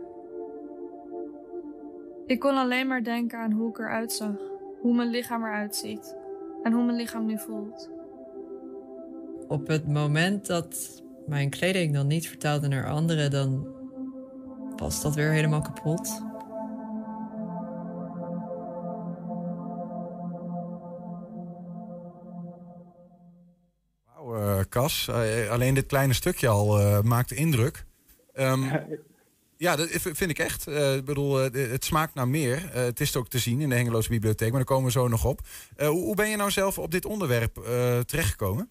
Ik kon alleen maar denken aan hoe ik eruit zag. Hoe mijn lichaam eruit ziet. En hoe mijn lichaam nu voelt. Op het moment dat mijn kleding dan niet vertaalde naar anderen, dan was dat weer helemaal kapot. Wauw, uh, Cas. Uh, alleen dit kleine stukje al uh, maakt indruk. Um, ja, dat vind ik echt. Uh, ik bedoel, uh, het smaakt naar meer. Uh, het is ook te zien in de Hengeloze Bibliotheek, maar daar komen we zo nog op. Uh, hoe, hoe ben je nou zelf op dit onderwerp uh, terechtgekomen?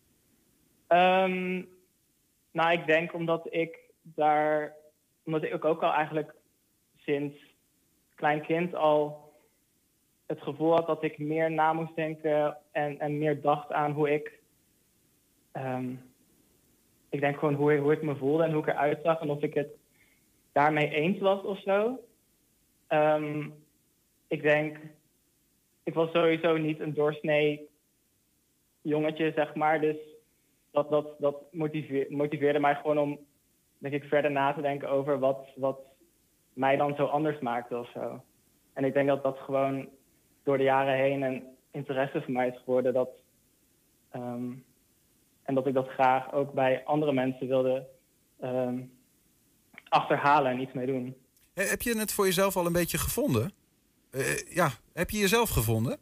Um, nou, ik denk omdat ik daar... Omdat ik ook al eigenlijk sinds klein kind al het gevoel had dat ik meer na moest denken en, en meer dacht aan hoe ik... Um, ik denk gewoon hoe, hoe ik me voelde en hoe ik eruit zag en of ik het daarmee eens was of zo. Um, ik denk, ik was sowieso niet een doorsnee jongetje, zeg maar. Dus dat, dat, dat motiveer, motiveerde mij gewoon om, denk ik, verder na te denken over wat, wat mij dan zo anders maakte of zo. En ik denk dat dat gewoon door de jaren heen een interesse voor mij is geworden. Dat, um, en dat ik dat graag ook bij andere mensen wilde um, achterhalen en iets mee doen. He, heb je het voor jezelf al een beetje gevonden? Uh, ja, heb je jezelf gevonden?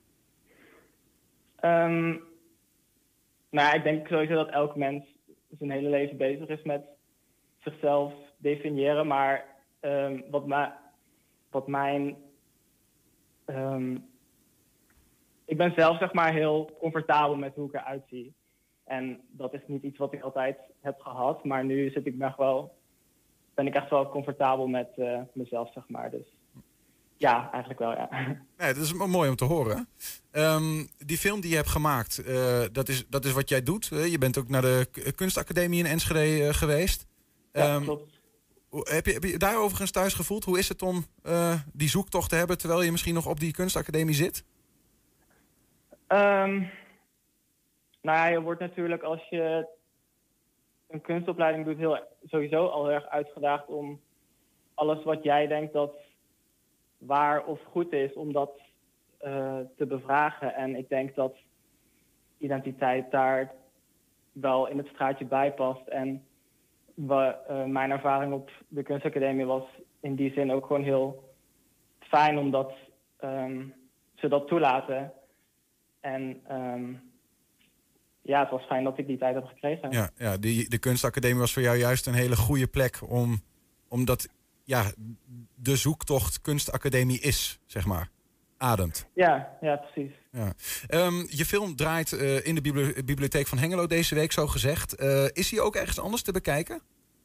Um, nou, ik denk sowieso dat elk mens zijn hele leven bezig is met zichzelf definiëren. Maar um, wat, ma- wat mijn... Um, ik ben zelf zeg maar heel comfortabel met hoe ik eruit zie. En dat is niet iets wat ik altijd heb gehad. Maar nu zit ik me echt wel, ben ik echt wel comfortabel met uh, mezelf, zeg maar. Dus ja, eigenlijk wel, ja. Nee, dat is mooi om te horen. Um, die film die je hebt gemaakt, uh, dat, is, dat is wat jij doet. Uh, je bent ook naar de kunstacademie in Enschede uh, geweest. Ja, um, klopt. Heb je, heb je daar overigens thuis gevoeld? Hoe is het om uh, die zoektocht te hebben terwijl je misschien nog op die kunstacademie zit? Um, nou ja, je wordt natuurlijk als je een kunstopleiding doet heel, sowieso al heel erg uitgedaagd om alles wat jij denkt dat waar of goed is, om dat uh, te bevragen. En ik denk dat identiteit daar wel in het straatje bij past. En we, uh, mijn ervaring op de kunstacademie was in die zin ook gewoon heel fijn, omdat um, ze dat toelaten. En um, ja, het was fijn dat ik die tijd heb gekregen. Ja, ja die, de kunstacademie was voor jou juist een hele goede plek om, omdat ja, de zoektocht kunstacademie is, zeg maar. Ademt. Ja, ja, precies. Ja. Um, je film draait uh, in de bibli- bibliotheek van Hengelo deze week, zo gezegd. Uh, is die ook ergens anders te bekijken?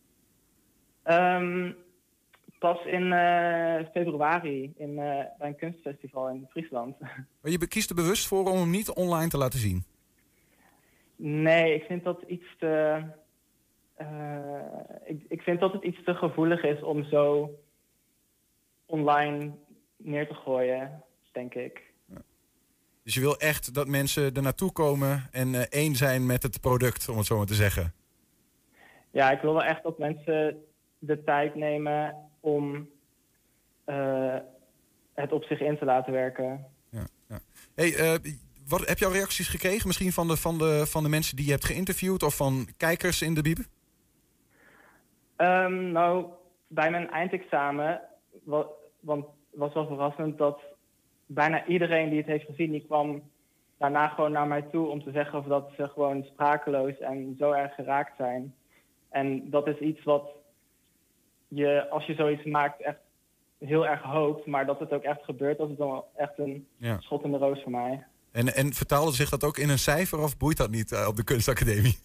Um, pas in uh, februari in, uh, bij een kunstfestival in Friesland. Maar je kiest er bewust voor om hem niet online te laten zien? Nee, ik vind dat iets te... Uh, ik, ik vind dat het iets te gevoelig is om zo online neer te gooien, denk ik. Ja. Dus je wil echt dat mensen er naartoe komen en uh, één zijn met het product, om het zo maar te zeggen? Ja, ik wil wel echt dat mensen de tijd nemen om uh, het op zich in te laten werken. Ja, ja. Hey, uh, wat, heb je al reacties gekregen? Misschien van de, van, de, van de mensen die je hebt geïnterviewd of van kijkers in de Bib? Um, nou, bij mijn eindexamen, wa- want het was wel verrassend dat bijna iedereen die het heeft gezien, die kwam daarna gewoon naar mij toe om te zeggen of dat ze gewoon sprakeloos en zo erg geraakt zijn. En dat is iets wat je, als je zoiets maakt, echt heel erg hoopt, maar dat het ook echt gebeurt, dat is dan echt een ja. schot in de roos voor mij. En, en vertaalde zich dat ook in een cijfer of boeit dat niet uh, op de kunstacademie?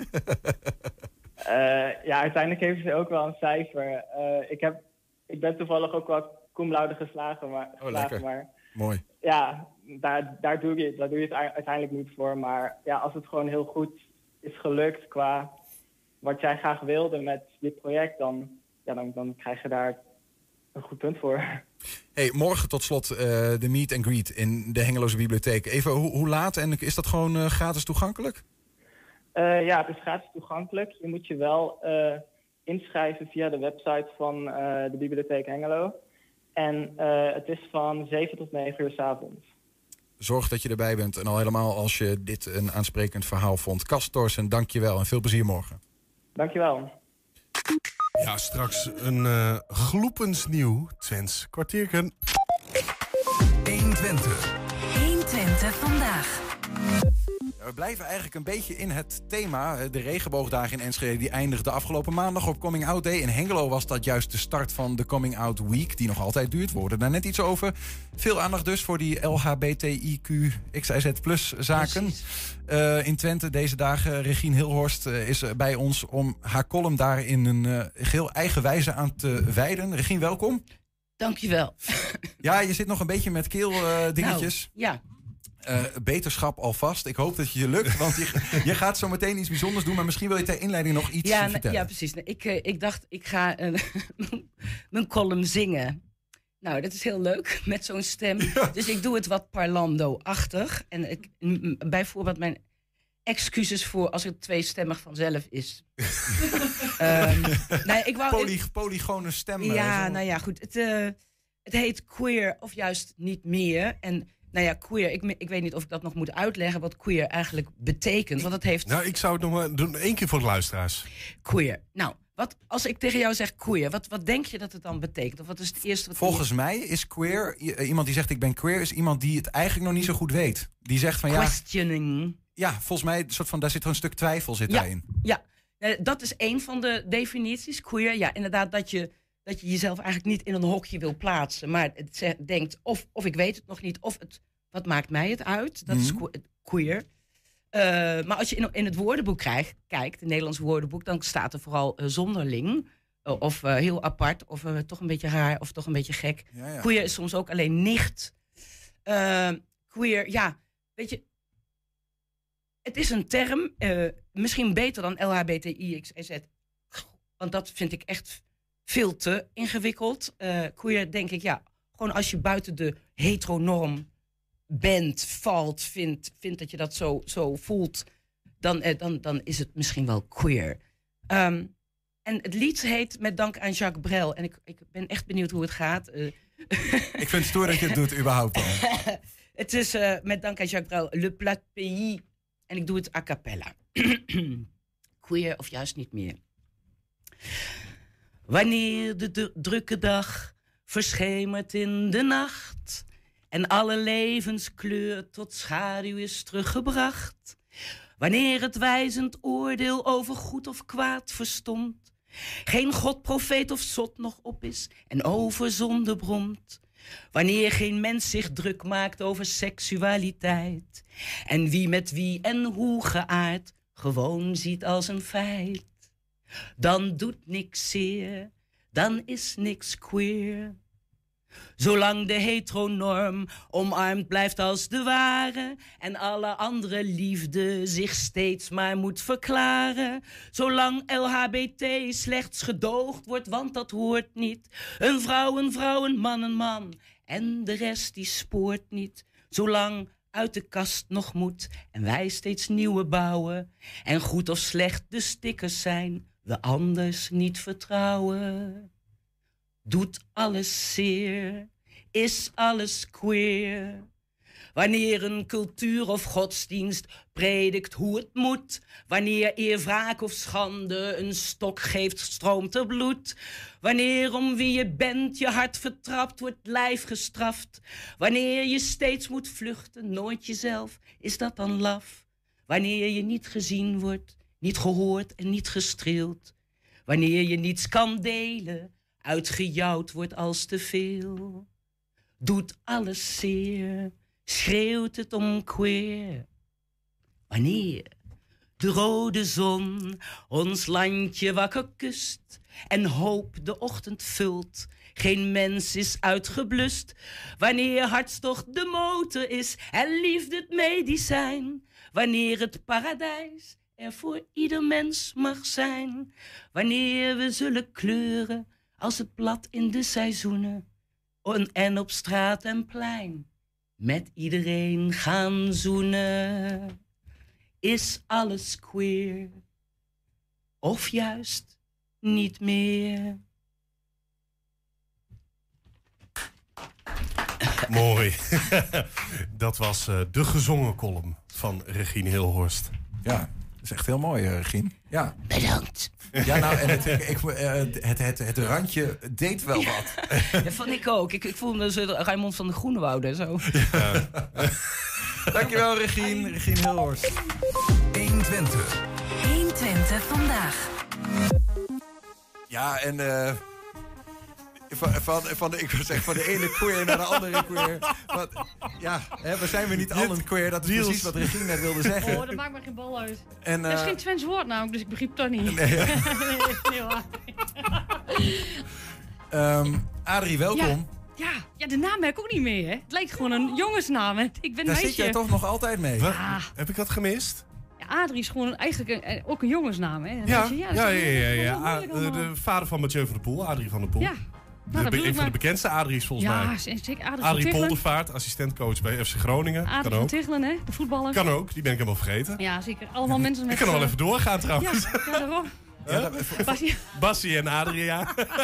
uh, ja, uiteindelijk geven ze ook wel een cijfer. Uh, ik, heb, ik ben toevallig ook wel cum laude geslagen, maar, oh, lekker. maar mooi. Ja, daar, daar, doe je, daar doe je het uiteindelijk niet voor. Maar ja, als het gewoon heel goed is gelukt qua wat jij graag wilde met dit project, dan, ja, dan, dan krijg je daar een goed punt voor. Hey, morgen tot slot uh, de meet and greet in de Hengeloze Bibliotheek. Even, hoe, hoe laat en is dat gewoon uh, gratis toegankelijk? Uh, ja, het is gratis toegankelijk. Je moet je wel uh, inschrijven via de website van uh, de Bibliotheek Hengelo. En uh, het is van zeven tot negen uur 's avonds. Zorg dat je erbij bent. En al helemaal als je dit een aansprekend verhaal vond. Cas Thorsen, dank je wel en veel plezier morgen. Dank je wel. Ja, straks een uh, gloepensnieuw Twents kwartierken. honderdtwintig. honderdtwintig vandaag. Ja, we blijven eigenlijk een beetje in het thema. De regenboogdagen in Enschede die eindigde afgelopen maandag op Coming Out Day. In Hengelo was dat juist de start van de Coming Out Week, die nog altijd duurt. We hoorden daar net iets over. Veel aandacht dus voor die L H B T I Q X Y Z plus zaken. Uh, in Twente deze dagen. Regine Hilhorst uh, is bij ons om haar column daar in een uh, geheel eigen wijze aan te wijden. Regine, welkom. Dankjewel. Ja, je zit nog een beetje met keel uh, dingetjes. Nou, ja. Uh, beterschap alvast. Ik hoop dat je je lukt, want je, je gaat zo meteen iets bijzonders doen, maar misschien wil je ter inleiding nog iets ja, vertellen. Ja, precies. Ik, uh, ik dacht, ik ga uh, mijn column zingen. Nou, dat is heel leuk met zo'n stem. Ja. Dus ik doe het wat parlando-achtig. En ik, m- bijvoorbeeld mijn excuses voor als het tweestemmig vanzelf is. um, nou, ik wou, Poly, polygone stem. Ja, zo. nou ja, goed. Het, uh, het heet queer of juist niet meer. En nou ja, queer, ik, ik weet niet of ik dat nog moet uitleggen... wat queer eigenlijk betekent. Want het heeft... Nou, ik zou het nog maar doen. Eén keer voor de luisteraars. Queer. Nou, wat, als ik tegen jou zeg queer, wat, wat denk je dat het dan betekent? Of wat is het eerste wat Volgens je... mij is queer, iemand die zegt ik ben queer... is iemand die het eigenlijk nog niet zo goed weet. Die zegt van ja... Questioning. Ja, volgens mij, een soort van, daar zit er een stuk twijfel zit ja, daarin. Ja, dat is één van de definities, queer. Ja, inderdaad, dat je, dat je jezelf eigenlijk niet in een hokje wil plaatsen. Maar het zegt, denkt, of, of ik weet het nog niet, of het, wat maakt mij het uit? Dat mm-hmm. is queer. Uh, maar als je in, in het woordenboek krijgt, kijkt, het Nederlands woordenboek... dan staat er vooral uh, zonderling, uh, of uh, heel apart, of uh, toch een beetje raar, of toch een beetje gek. Ja, ja. Queer is soms ook alleen nicht. Uh, queer, ja, weet je... Het is een term, uh, misschien beter dan L H B T I X Z. Want dat vind ik echt veel te ingewikkeld. Uh, queer, denk ik, ja, gewoon als je buiten de heteronorm bent, valt, vindt, vindt dat je dat zo, zo voelt, dan, uh, dan, dan is het misschien wel queer. Um, en het lied heet Met dank aan Jacques Brel. En ik, ik ben echt benieuwd hoe het gaat. Uh, ik vind het stoer dat je het doet, überhaupt. Het is uh, Met dank aan Jacques Brel, Le Plat Pays. En ik doe het a cappella. Queer of juist niet meer. Wanneer de d- drukke dag verschemert in de nacht... en alle levenskleur tot schaduw is teruggebracht... wanneer het wijzend oordeel over goed of kwaad verstomt... geen god, profeet of zot nog op is en over zonde bromt... wanneer geen mens zich druk maakt over seksualiteit... en wie met wie en hoe geaard gewoon ziet als een feit... dan doet niks zeer, dan is niks queer. Zolang de heteronorm omarmd blijft als de ware... en alle andere liefde zich steeds maar moet verklaren... zolang L H B T slechts gedoogd wordt, want dat hoort niet... een vrouw, een vrouw, een man, een man... en de rest die spoort niet... zolang uit de kast nog moet en wij steeds nieuwe bouwen... en goed of slecht de stickers zijn, we anders niet vertrouwen... doet alles zeer, is alles queer. Wanneer een cultuur of godsdienst predikt hoe het moet. Wanneer eer, wraak of schande een stok geeft, stroomt er bloed. Wanneer om wie je bent je hart vertrapt, wordt lijf gestraft. Wanneer je steeds moet vluchten, nooit jezelf, is dat dan laf? Wanneer je niet gezien wordt, niet gehoord en niet gestreeld. Wanneer je niets kan delen, uitgejouwd wordt als te veel. Doet alles zeer, schreeuwt het om queer. Wanneer de rode zon ons landje wakker kust en hoop de ochtend vult, geen mens is uitgeblust. Wanneer hartstocht de motor is en liefde het medicijn. Wanneer het paradijs er voor ieder mens mag zijn. Wanneer we zullen kleuren als het blad in de seizoenen. En op straat en plein met iedereen gaan zoenen. Is alles queer? Of juist niet meer? Mooi. Dat was uh, de gezongen column van Regine Hilhorst. Ja, dat is echt heel mooi, uh, Regine. Ja. Bedankt. Ja, nou, en het, ik, uh, het, het, het randje deed wel wat. Ja, dat vond ik ook. Ik, ik voelde me zo Raymond van de Groenewoude en zo. Ja. Dankjewel, Regine. Regine Hilhorst. honderdtwintig. honderdtwintig vandaag. Ja, en... Uh, Van, van, van, de, ik wil zeggen, van de ene queer naar de andere queer. Want, ja, hè, we zijn weer niet allen queer. Dat is Niels. Precies wat Regine net wilde zeggen. Oh, dat maakt me geen bal uit. En, uh, dat is geen Twents woord namelijk, dus ik begreep dat niet. Nee, ja. nee, nee um, Adrie, welkom. Ja, ja, ja, de naam heb ik ook niet meer, hè. Het lijkt gewoon een jongensnaam, hè. Ik ben Daar meisje. zit jij toch nog altijd mee? Ja. Heb ik dat gemist? Ja, Adrie is gewoon eigenlijk een, ook een jongensnaam, hè. Ja, je, ja, ja, ja, ja, ja, ja. ja. De, de vader van Mathieu van der Poel, Adrie van der Poel. Ja. de, dat be- bedoel een ik van de maar. bekendste Adrie's volgens Ja, mij. z- zeker. Adrie van Adrie Tichelen. Poldervaart, assistentcoach bij F C Groningen. Adrie Kan van ook. Tichelen, hè? De voetballer. Kan ook, die ben ik helemaal vergeten. Ja, zeker. Allemaal mensen met... Ik kan nog wel eh, even doorgaan trouwens. Ja, ja daarom. Ja, dat, Bassie. Bassie en Adria.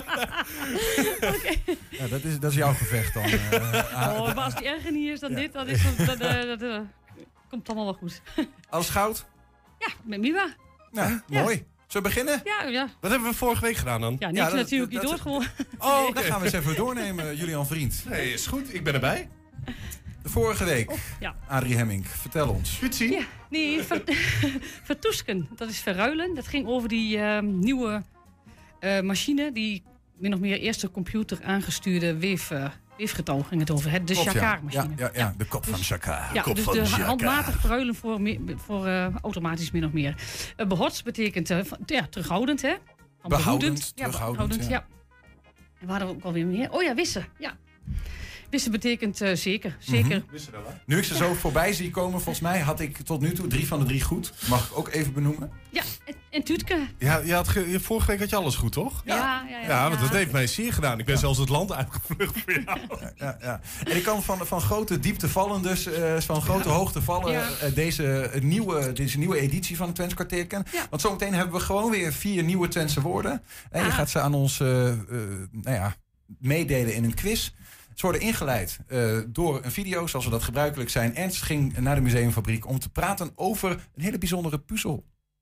ja, dat, is, dat is jouw gevecht dan. Uh, Oh, maar als die erger niet is dan dit, dan is dat, dat, uh, dat uh, komt allemaal wel goed. Alles goud? Ja, met Miwa. Nou, Ja. mooi. Zullen we beginnen? Ja, ja. Wat hebben we vorige week gedaan dan? Ja, niks Ja, dat- natuurlijk dat- niet dat- doorgewonnen. Oh, Nee. dat gaan we eens even doornemen, Julian Vriend. Nee, is goed. Ik ben erbij. De vorige week, ja. Adrie Hemming, vertel ons. Ja, nee, ver, vertoesken. Dat is verruilen. Dat ging over die uh, nieuwe uh, machine, die min of meer eerste computer aangestuurde weef, uh, weefgetouw ging het over. Hè? De Klopt, ja. Jacquard-machine. Ja, ja, ja, de kop van Jacquard. Ja, kop dus van de Jacquard. handmatig verruilen voor, me- voor uh, automatisch min of meer. Uh, behots betekent uh, van- ja, terughoudend, hè? Van Behoudend, Ja, terughoudend, behoudend, ja. ja. En we hadden ook alweer meer. Oh ja, wissen. Ja. Wissen betekent uh, zeker. Zeker. Mhm. Nu ik ze zo voorbij zie komen, volgens mij had ik tot nu toe drie van de drie goed. Mag ik ook even benoemen? Ja, en, en Tuutke. Ja, je had ge- je- vorige week had je alles goed, toch? Ja, ja, ja. ja, Ja, want dat ja. heeft mij zeer gedaan. Ik ben zelfs het land uitgevlucht voor jou. Ja, ja. En ik kan van, van grote diepte vallen, dus uh, van grote hoogte vallen, Ja. uh, deze, uh, nieuwe, deze nieuwe editie van het Twents kwartierken. Ja. Want zometeen hebben we gewoon weer vier nieuwe Twentse woorden. En je Ah. gaat ze aan ons uh, uh, nou ja, meedelen in een quiz. Ze worden ingeleid uh, door een video, zoals we dat gebruikelijk zijn. Ernst ging naar de museumfabriek om te praten over een hele bijzondere puzzel.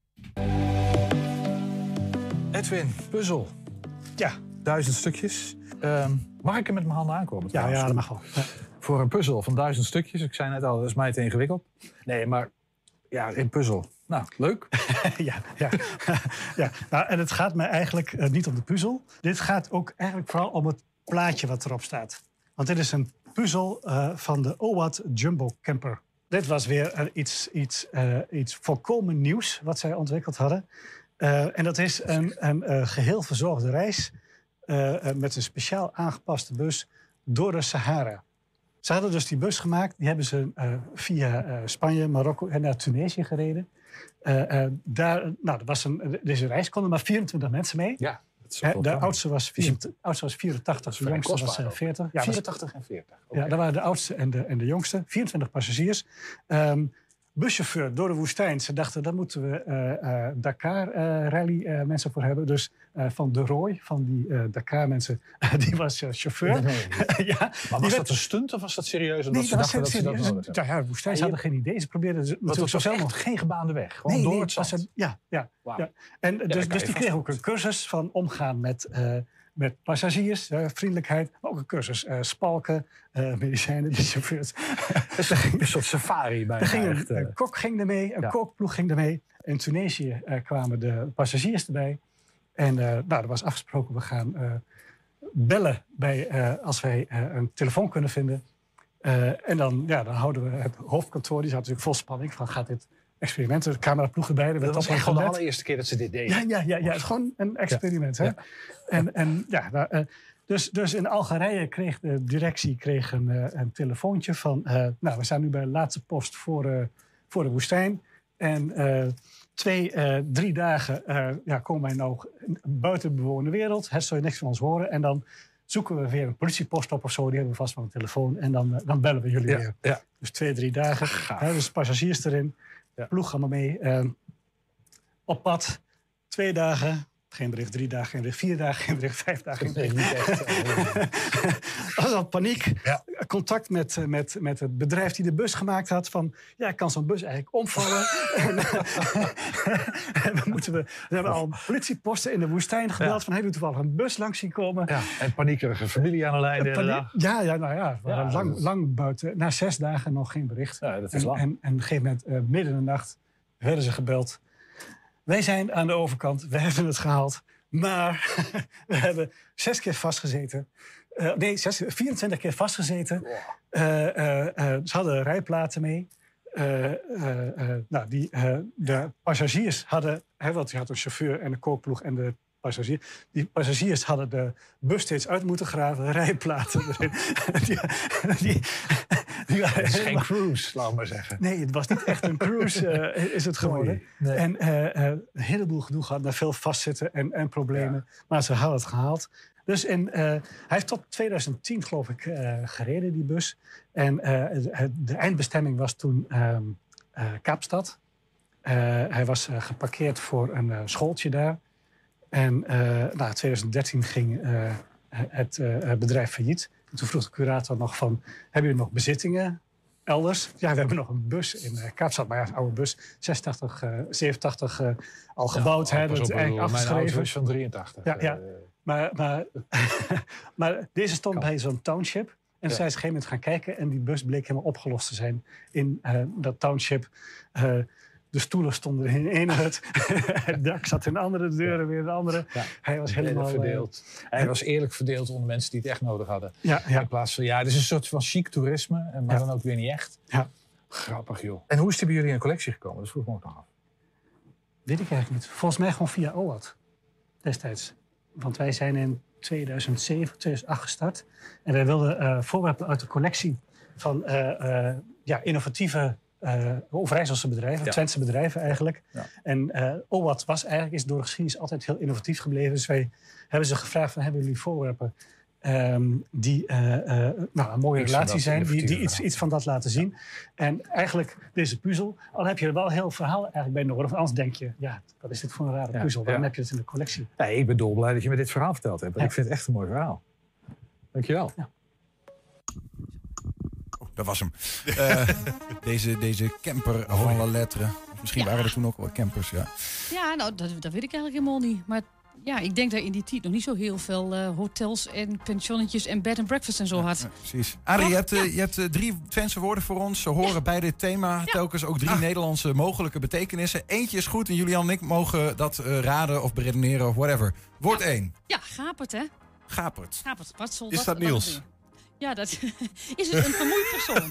Edwin, puzzel. Ja. Duizend stukjes. Um, mag ik er met mijn handen aankomen? Ja, ja, dat mag wel. Ja. Voor een puzzel van duizend stukjes. Ik zei net al, dat is mij te ingewikkeld. Nee, maar ja, een puzzel. Nou, leuk. ja, ja. ja. Nou, en het gaat mij eigenlijk uh, niet om de puzzel. Dit gaat ook eigenlijk vooral om het plaatje wat erop staat. Want dit is een puzzel uh, van de OWAT Jumbo Camper. Dit was weer uh, iets, iets, uh, iets volkomen nieuws wat zij ontwikkeld hadden. Uh, en dat is een, een uh, geheel verzorgde reis uh, uh, met een speciaal aangepaste bus door de Sahara. Ze hadden dus die bus gemaakt. Die hebben ze uh, via uh, Spanje, Marokko en naar Tunesië gereden. Uh, uh, daar, nou, er was een, deze reis konden maar vierentwintig mensen mee. Ja, He, de oudste was, vier, oudste was vierentachtig, de jongste was uh, veertig. Ja, vierentachtig en veertig. Okay. Ja, dat waren de oudste en de, en de jongste. vierentwintig passagiers. Um, buschauffeur door de woestijn. Ze dachten, daar moeten we uh, uh, Dakar-rally uh, uh, mensen voor hebben. Dus uh, van de Roy, van die uh, Dakar-mensen, die was uh, chauffeur. Nee, nee. ja, maar was werd... dat een stunt of was dat serieus? Nee, dat, dat ze was dachten dat serieus. ze dat ja, ja, de woestijn, ze hadden geen idee. Ze probeerden ze dat was zo snel echt geen gebaande weg. Gewoon nee, door nee, het zand. Een, ja, ja, wow. ja. En ja, dus, dus die kregen ook een vast. cursus van omgaan met... Uh, met passagiers, uh, vriendelijkheid, maar ook een cursus uh, spalken, uh, medicijnen, de chauffeurs. Dus er ging een soort safari bij. Er ging een, echt, uh... een kok ging ermee, een ja. kookploeg ging ermee. In Tunesië uh, kwamen de passagiers erbij. En uh, nou, er was afgesproken, we gaan uh, bellen bij, uh, als wij uh, een telefoon kunnen vinden. Uh, en dan, ja, dan houden we het hoofdkantoor, die zat natuurlijk vol spanning van gaat dit... experimenten, de cameraploeg erbij. Er dat was echt gewoon de allereerste keer dat ze dit deden. Ja, ja, ja, ja. Het is gewoon een experiment. Ja. Hè? Ja. En, en, ja, nou, uh, dus, dus in Algerije kreeg de directie kreeg een, uh, een telefoontje van... Uh, nou, we zijn nu bij de laatste post voor, uh, voor de woestijn. En uh, twee, uh, drie dagen uh, ja, komen wij nou buiten de bewoonde wereld. Het zul je niks van ons horen. En dan zoeken we weer een politiepost op of zo. Die hebben we vast van een telefoon. En dan, uh, dan bellen we jullie ja. weer. Ja. Dus twee, drie dagen. Hè, dus passagiers erin. Ja. Ploeg allemaal mee. Uh, op pad. Twee dagen. Geen bericht. Drie dagen. Geen bericht. Vier dagen. Geen bericht. Vijf dagen. Geen bericht. Nee, niet echt. Dat was al paniek. Ja. Contact met, met, met het bedrijf die de bus gemaakt had. Van, ja, kan zo'n bus eigenlijk omvallen? en, en dan moeten we... We hebben al politieposten in de woestijn gebeld. Ja. Van, hebben we toevallig een bus langs zien komen? Ja. En paniekerige familie aan de lijn. Pani- ja, ja, nou ja. We waren ja lang, is... lang buiten. Na zes dagen nog geen bericht. Ja, dat is en, lang. En, en op een gegeven moment, uh, midden in de nacht, werden ze gebeld. Wij zijn aan de overkant. We hebben het gehaald. Maar we hebben zes keer vastgezeten. Uh, nee, zes, vierentwintig keer vastgezeten. Wow. Uh, uh, uh, ze hadden rijplaten mee. Uh, uh, uh, nou, die, uh, de passagiers hadden... Hè, want je had een chauffeur en een kookploeg en de passagier. Die passagiers hadden de bus steeds uit moeten graven. Rijplaten erin. die, die, Ja, het is geen cruise, laat maar zeggen. Nee, het was niet echt een cruise, uh, is het geworden. Nee. En uh, uh, een heleboel gedoe gehad, naar veel vastzitten en, en problemen. Ja. Maar ze hadden het gehaald. Dus in, uh, hij heeft tot twintig tien, geloof ik, uh, gereden, die bus. En uh, de eindbestemming was toen uh, uh, Kaapstad. Uh, hij was uh, geparkeerd voor een uh, schooltje daar. En uh, nou, twintig dertien ging uh, het uh, bedrijf failliet. En toen vroeg de curator nog van, hebben jullie nog bezittingen elders? Ja, we hebben nog een bus in uh, Kaapstad. Maar ja, een oude bus, zesentachtig, uh, zevenentachtig uh, al gebouwd. Ja, hè, dat is eigenlijk afgeschreven. Mijn auto is van drieëntachtig. Ja, ja. Maar, maar, maar deze stond bij zo'n township. En ja. zij is op een gegeven moment gaan kijken. En die bus bleek helemaal opgelost te zijn in uh, dat township. Uh, de stoelen stonden in één hut. Het dak zat in de andere, de deuren weer in de andere. Ja. Hij was helemaal verdeeld. Uh, Hij was eerlijk verdeeld onder mensen die het echt nodig hadden. Ja, ja. In plaats van, ja, het is een soort van chic toerisme. Maar ja. dan ook weer niet echt. Ja. Grappig, joh. En hoe is die bij jullie in een collectie gekomen? Dat vroeg me ook nog af. Weet ik eigenlijk niet. Volgens mij gewoon via O W A T destijds. Want wij zijn in tweeduizend zeven, tweeduizend acht gestart. En wij wilden uh, voorwerpen uit de collectie van uh, uh, ja, innovatieve uh, Overijsselse bedrijven, ja. Twentse bedrijven eigenlijk. Ja. En uh, O W A T was eigenlijk, is door de geschiedenis altijd heel innovatief gebleven. Dus wij hebben ze gevraagd van, hebben jullie voorwerpen um, die uh, uh, nou, een mooie relatie zijn, die, die iets, iets van dat laten zien. En eigenlijk deze puzzel, al heb je er wel heel verhaal eigenlijk bij nodig. Anders denk je, ja, wat is dit voor een rare ja, puzzel? Waarom ja. heb je het in de collectie? Nee, ik ben dolblij dat je me dit verhaal verteld hebt. Ja. Ik vind het echt een mooi verhaal. Dankjewel. Ja. Oh, dat was hem. uh, deze, deze camper van la lettre. Misschien ja. waren er toen ook wel campers, ja. Ja, nou, dat, dat weet ik eigenlijk helemaal niet. Maar ja, ik denk dat in die tijd nog niet zo heel veel uh, hotels en pensionnetjes en bed and breakfast en zo had. Ja, precies. Arie, je hebt, uh, je hebt uh, drie Twentse woorden voor ons. Ze horen ja. bij dit thema ja. telkens ook drie ah. Nederlandse mogelijke betekenissen. Eentje is goed en Julian en ik mogen dat uh, raden of beredeneren of whatever. Woord ja. één. Ja, gapert, hè? Gapert. Gapert. Wat zal is dat, dat Niels? Wat ja, dat is het een vermoeid persoon.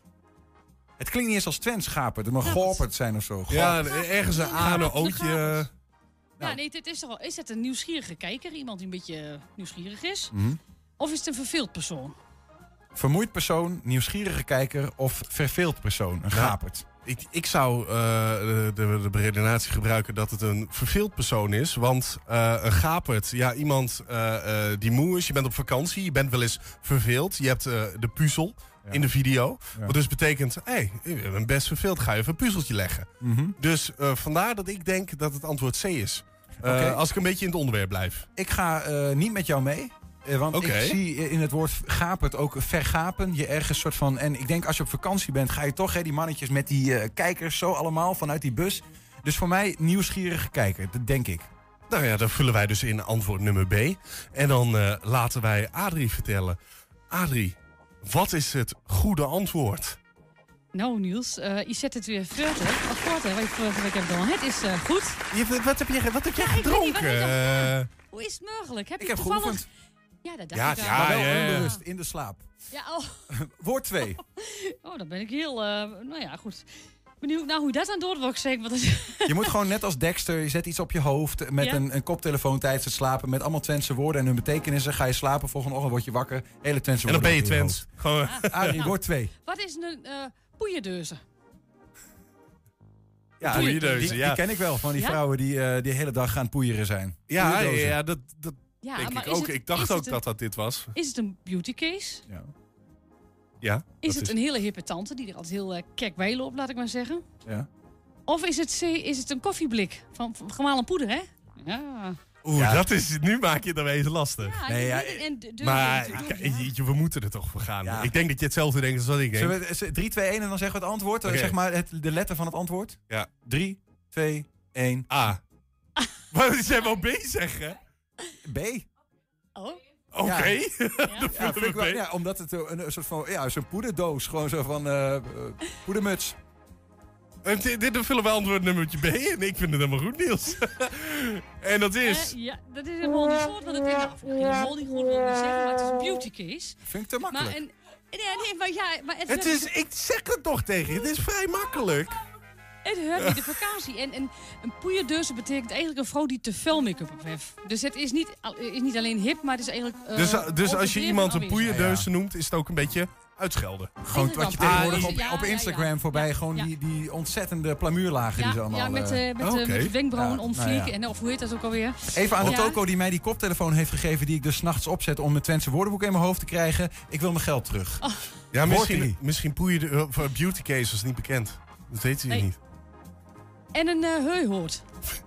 Het klinkt niet eens als Twents gapert. Het mag gapert zijn of zo. Gapert. Ja, ergens een aan, een ootje. Nou. Ja, nee, dit is, toch wel, is het een nieuwsgierige kijker? Iemand die een beetje nieuwsgierig is? Mm-hmm. Of is het een verveeld persoon? Vermoeid persoon, nieuwsgierige kijker of verveeld persoon? Een gapert. Ja, ik, ik zou uh, de, de, de beredenatie gebruiken dat het een verveeld persoon is. Want uh, een gapert, ja, iemand uh, uh, die moe is, je bent op vakantie, je bent wel eens verveeld. Je hebt uh, de puzzel. Ja. In de video. Ja. Wat dus betekent, hé, hey, ik ben best verveeld, ga je even een puzzeltje leggen. Mm-hmm. Dus uh, vandaar dat ik denk dat het antwoord C is. Uh, okay. Als ik een beetje in het onderwerp blijf. Ik ga uh, niet met jou mee. Uh, want okay. ik zie in het woord gapert ook vergapen. Je ergens soort van. En ik denk als je op vakantie bent, ga je toch hè, die mannetjes met die uh, kijkers zo allemaal vanuit die bus. Dus voor mij nieuwsgierige kijker, dat denk ik. Nou ja, dan vullen wij dus in antwoord nummer B. En dan uh, laten wij Adrie vertellen. Adrie, wat is het goede antwoord? Nou Niels, uh, je zet het weer verder. Of verder, wat ik vorige week heb gedaan. Het is uh, goed. Je, wat heb je, wat heb jij ja, gedronken? Niet, uh... Hoe is het mogelijk? Heb ik je heb toevallig... geoefend. Ja, dat dacht ja, ik al. Ja, maar wel ja, onbewust, in de slaap. Ja, oh. Woord twee. Oh, dan ben ik heel... Uh, nou ja, goed. Benieuwd nou hoe dat aan door wordt zeggen. Want je moet gewoon net als Dexter, je zet iets op je hoofd met ja? een, een koptelefoon tijdens het slapen. Met allemaal Twentse woorden en hun betekenissen. Ga je slapen, volgende ochtend word je wakker. Hele Twentse woorden. En dan ben je Twents. Gewoon. Ja. Arie, nou, woord twee. Wat is een uh, poeierdeuze? Ja, poeierdeuze, die, ja. Die ken ik wel, van die ja? vrouwen die uh, die de hele dag gaan poeieren zijn. Ja, ja dat, dat ja, denk maar ik ook. Het, ik dacht ook een, dat dat dit was. Is het een beauty case? Ja. Ja. Is het is... een hele hippe tante die er altijd heel uh, kekwijlen loopt, laat ik maar zeggen? Ja. Of is het, is het een koffieblik van, van gemalen poeder, hè? Ja. Oeh, ja. dat is, nu maak je het dan even lastig. Ja, nee, ja, en de, de, maar de, de, de, ja. we moeten er toch voor gaan. Ja. Ik denk dat je hetzelfde denkt als wat ik denk. Zullen we drie, twee, één en dan zeggen we het antwoord? Okay. Zeg maar het, de letter van het antwoord. Ja. drie, twee, één. A. Wat is jij wel B zeggen? B. Oh. Oké. Okay. Ja. Ja, ja, omdat het een, een soort van, ja, zo'n poederdoos, gewoon zo van uh, poedermuts. En dit vullen we antwoord nummertje B en ik vind het helemaal goed, Niels. En dat is... Uh, ja, dat is helemaal niet goed wat het is. Nou, helemaal niet goed wil ik niet zeggen, maar het is een beauty case. Vind ik te makkelijk. Maar, en, nee, nee, maar ja, maar het, het is, ik zeg het toch tegen je, het is vrij makkelijk. Het hoort bij de vakantie. En, en een poeierdeuze betekent eigenlijk een vrouw die te veel make-up op heeft. Dus het is niet, is niet alleen hip, maar het is eigenlijk... Uh, dus dus als je iemand een poeierdeuze ja, ja. noemt, is het ook een beetje Uitschelden. Gewoon wat je Ah, tegenwoordig ja, op, ja, op Instagram ja, ja. voorbij... Ja, gewoon ja. Die, die ontzettende plamuurlagen die ze Ja, allemaal... ja, met, eh, uh, met, oh, uh, oké. met wenkbrauwen Ja, omvliegen. nou ja. En, of hoe heet dat ook alweer? Even aan de Ja. toko die mij die koptelefoon heeft gegeven... die ik dus 's nachts opzet om mijn Twentse woordenboek in mijn hoofd te krijgen. Ik wil mijn geld terug. Oh. Ja, Hoort u misschien, niet? misschien poeie de uh, voor beauty case was niet bekend. Dat weet hij Nee. niet. En een uh, heuhoort.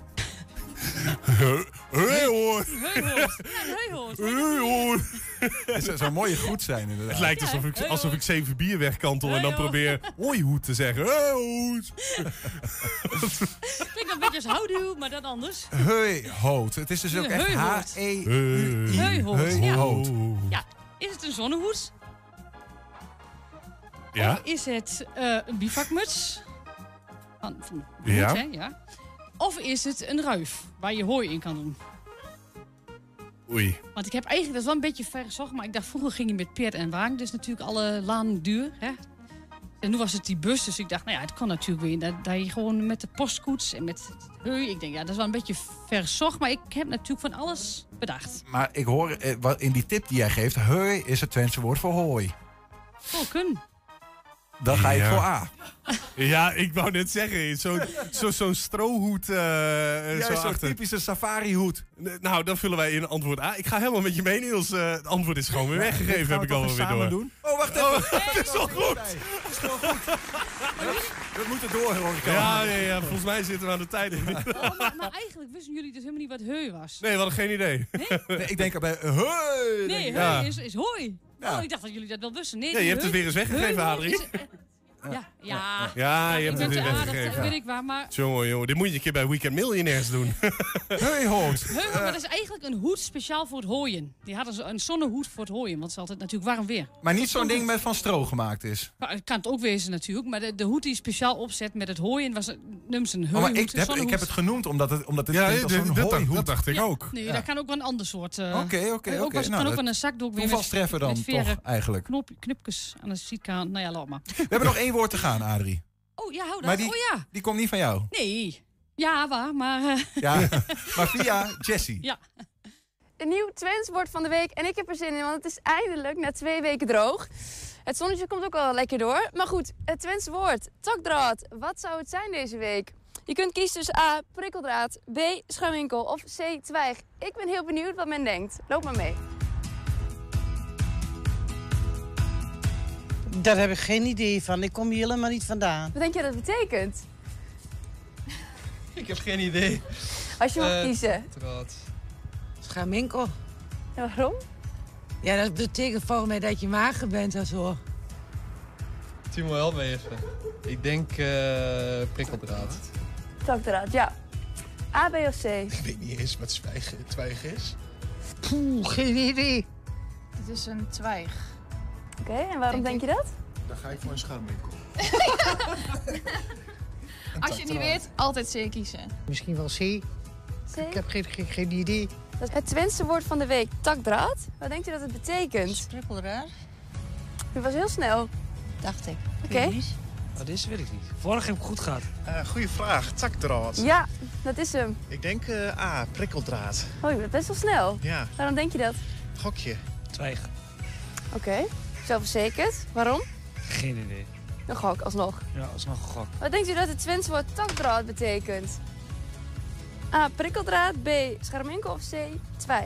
Heuhoort. Heuhoort. Ja, een heuhoort. Heuhoort. Het zou mooi goed zijn inderdaad. Het lijkt alsof ik, alsof ik zeven bier wegkantel en dan probeer hooihoed te zeggen. Hooihoed. Klinkt een beetje als houdoe, maar dan anders. Heuhoot. Het is dus ook echt H E U I. Heuhoort. Heuhoort. Ja, is het een zonnehoed? Ja. Of is het uh, een bivakmuts? Van, van hoed, Ja. hè? Ja. Of is het een ruif waar je hooi in kan doen? Oei. Want ik heb eigenlijk, dat is wel een beetje ver gezocht, maar ik dacht vroeger ging je met peert en wagen. Dus natuurlijk alle laan duur. Hè? En nu was het die bus, dus ik dacht, nou ja, het kan natuurlijk weer. Dat, dat je gewoon met de postkoets en met het heu. Ik denk, ja, dat is wel een beetje ver gezocht, maar ik heb natuurlijk van alles bedacht. Maar ik hoor eh, wat in die tip die jij geeft... heu is het Twentse woord voor hooi. Oh, kun. Dan ga ik Ja. voor A. Ja, ik wou net zeggen. Zo'n zo, zo'n strohoed uh, Juist zo zo'n achter. typische safarihoed. N- Nou, dan vullen wij in antwoord A. Ik ga helemaal met je mee, Niels. Uh, het antwoord is gewoon weer Dit weggegeven, gaan heb we ik toch alweer eens weer samen door. doen? Oh, wacht even. Het is wel goed. Het is wel goed. We moeten door, hoor ik al. Ja, ja, ja, volgens mij zitten we aan de tijd. Oh, maar, maar eigenlijk wisten jullie dus helemaal niet wat heu was. Nee, we hadden geen idee. Nee, ik denk erbij, heu. Nee, denk ik. heu Ja. is, is hooi. Ja. Oh, ik dacht dat jullie dat wel wisten. Nee, Ja, je die hebt het heu- weer eens weggegeven, heu Adrie. is- eh, Ja, ja. Ja, je hebt ik het ben weer te aardig, weggegeven. dat weet ik waar, maar... Jongen, jongen, dit moet je een keer bij Weekend Millionaires doen. Heuhoot. Heu, maar dat is eigenlijk een hoed speciaal voor het hooien. Die hadden ze een zonnehoed voor het hooien, want het is altijd natuurlijk warm weer. Maar niet zo'n ding met van stro gemaakt is. Maar het kan het ook wezen natuurlijk, maar de, de hoed die speciaal opzet met het hooien was nummer een Oh, heuhoed. maar ik een heb, ik zonnehoed. heb het genoemd omdat het, omdat het Ja, klinkt als dit- zo'n dit- dat- hooihoed. dat dacht ik Ja, ook. Nee, Ja. dat kan ook wel een ander soort. uh, Oké, oké, ook oké. was- Nou, kan ook dat- wel een zakdoek weer met, Toevalstreffer dan met veren toch eigenlijk. knop, knipjes aan de zijkant. Nou ja, laat maar. We hebben nog één woord te gaan, Adrie. Oh ja, hou dat. Maar die, Oh ja. die komt niet van jou. Nee. Ja, waar, maar... eh, Ja, maar via Jessie. ja. Een nieuw Twents woord van de week en ik heb er zin in, want het is eindelijk na twee weken droog. Het zonnetje komt ook wel lekker door. Maar goed, het Twents woord, takdraad. Wat zou het zijn deze week? Je kunt kiezen tussen A, prikkeldraad, B, schuimwinkel of C, twijg. Ik ben heel benieuwd wat men denkt. Loop maar mee. Daar heb ik geen idee van. Ik kom hier helemaal niet vandaan. Wat denk je dat het betekent? Ik heb geen idee. Als je mag Eh, kiezen. Draad. Schaminkel. En waarom? Ja, dat betekent volgens mij dat je mager bent of zo. Timo, help me even. Ik denk uh, prikkeldraad. Takdraad, ja. A, B of C? Ik weet niet eens wat zwijg, twijg is. Poeh, geen idee. Het is een twijg. Oké, en waarom denk, je dat? Dan ga ik voor een schuimwinkel. Als je het niet weet, altijd C kiezen. Misschien wel C. C? Ik heb geen, geen, geen idee. Dat is het Twentse woord van de week, takdraad. Wat denkt u dat het betekent? Prikkeldraad? U was heel snel. Dacht ik. Oké. Wat is, weet ik niet. Vorig heb ik goed gehad. Uh, goeie vraag. Takdraad. Ja, dat is hem. Ik denk uh, A, prikkeldraad. Oh, je bent best wel snel. Ja. Waarom denk je dat? Gokje. Twijg. Oké, zelfverzekerd. Waarom? Geen idee. Een gok, alsnog. Ja, alsnog een gok. Wat denkt u dat het Twents woord takdraad betekent? A, prikkeldraad. B, scherminkel of C, twijg.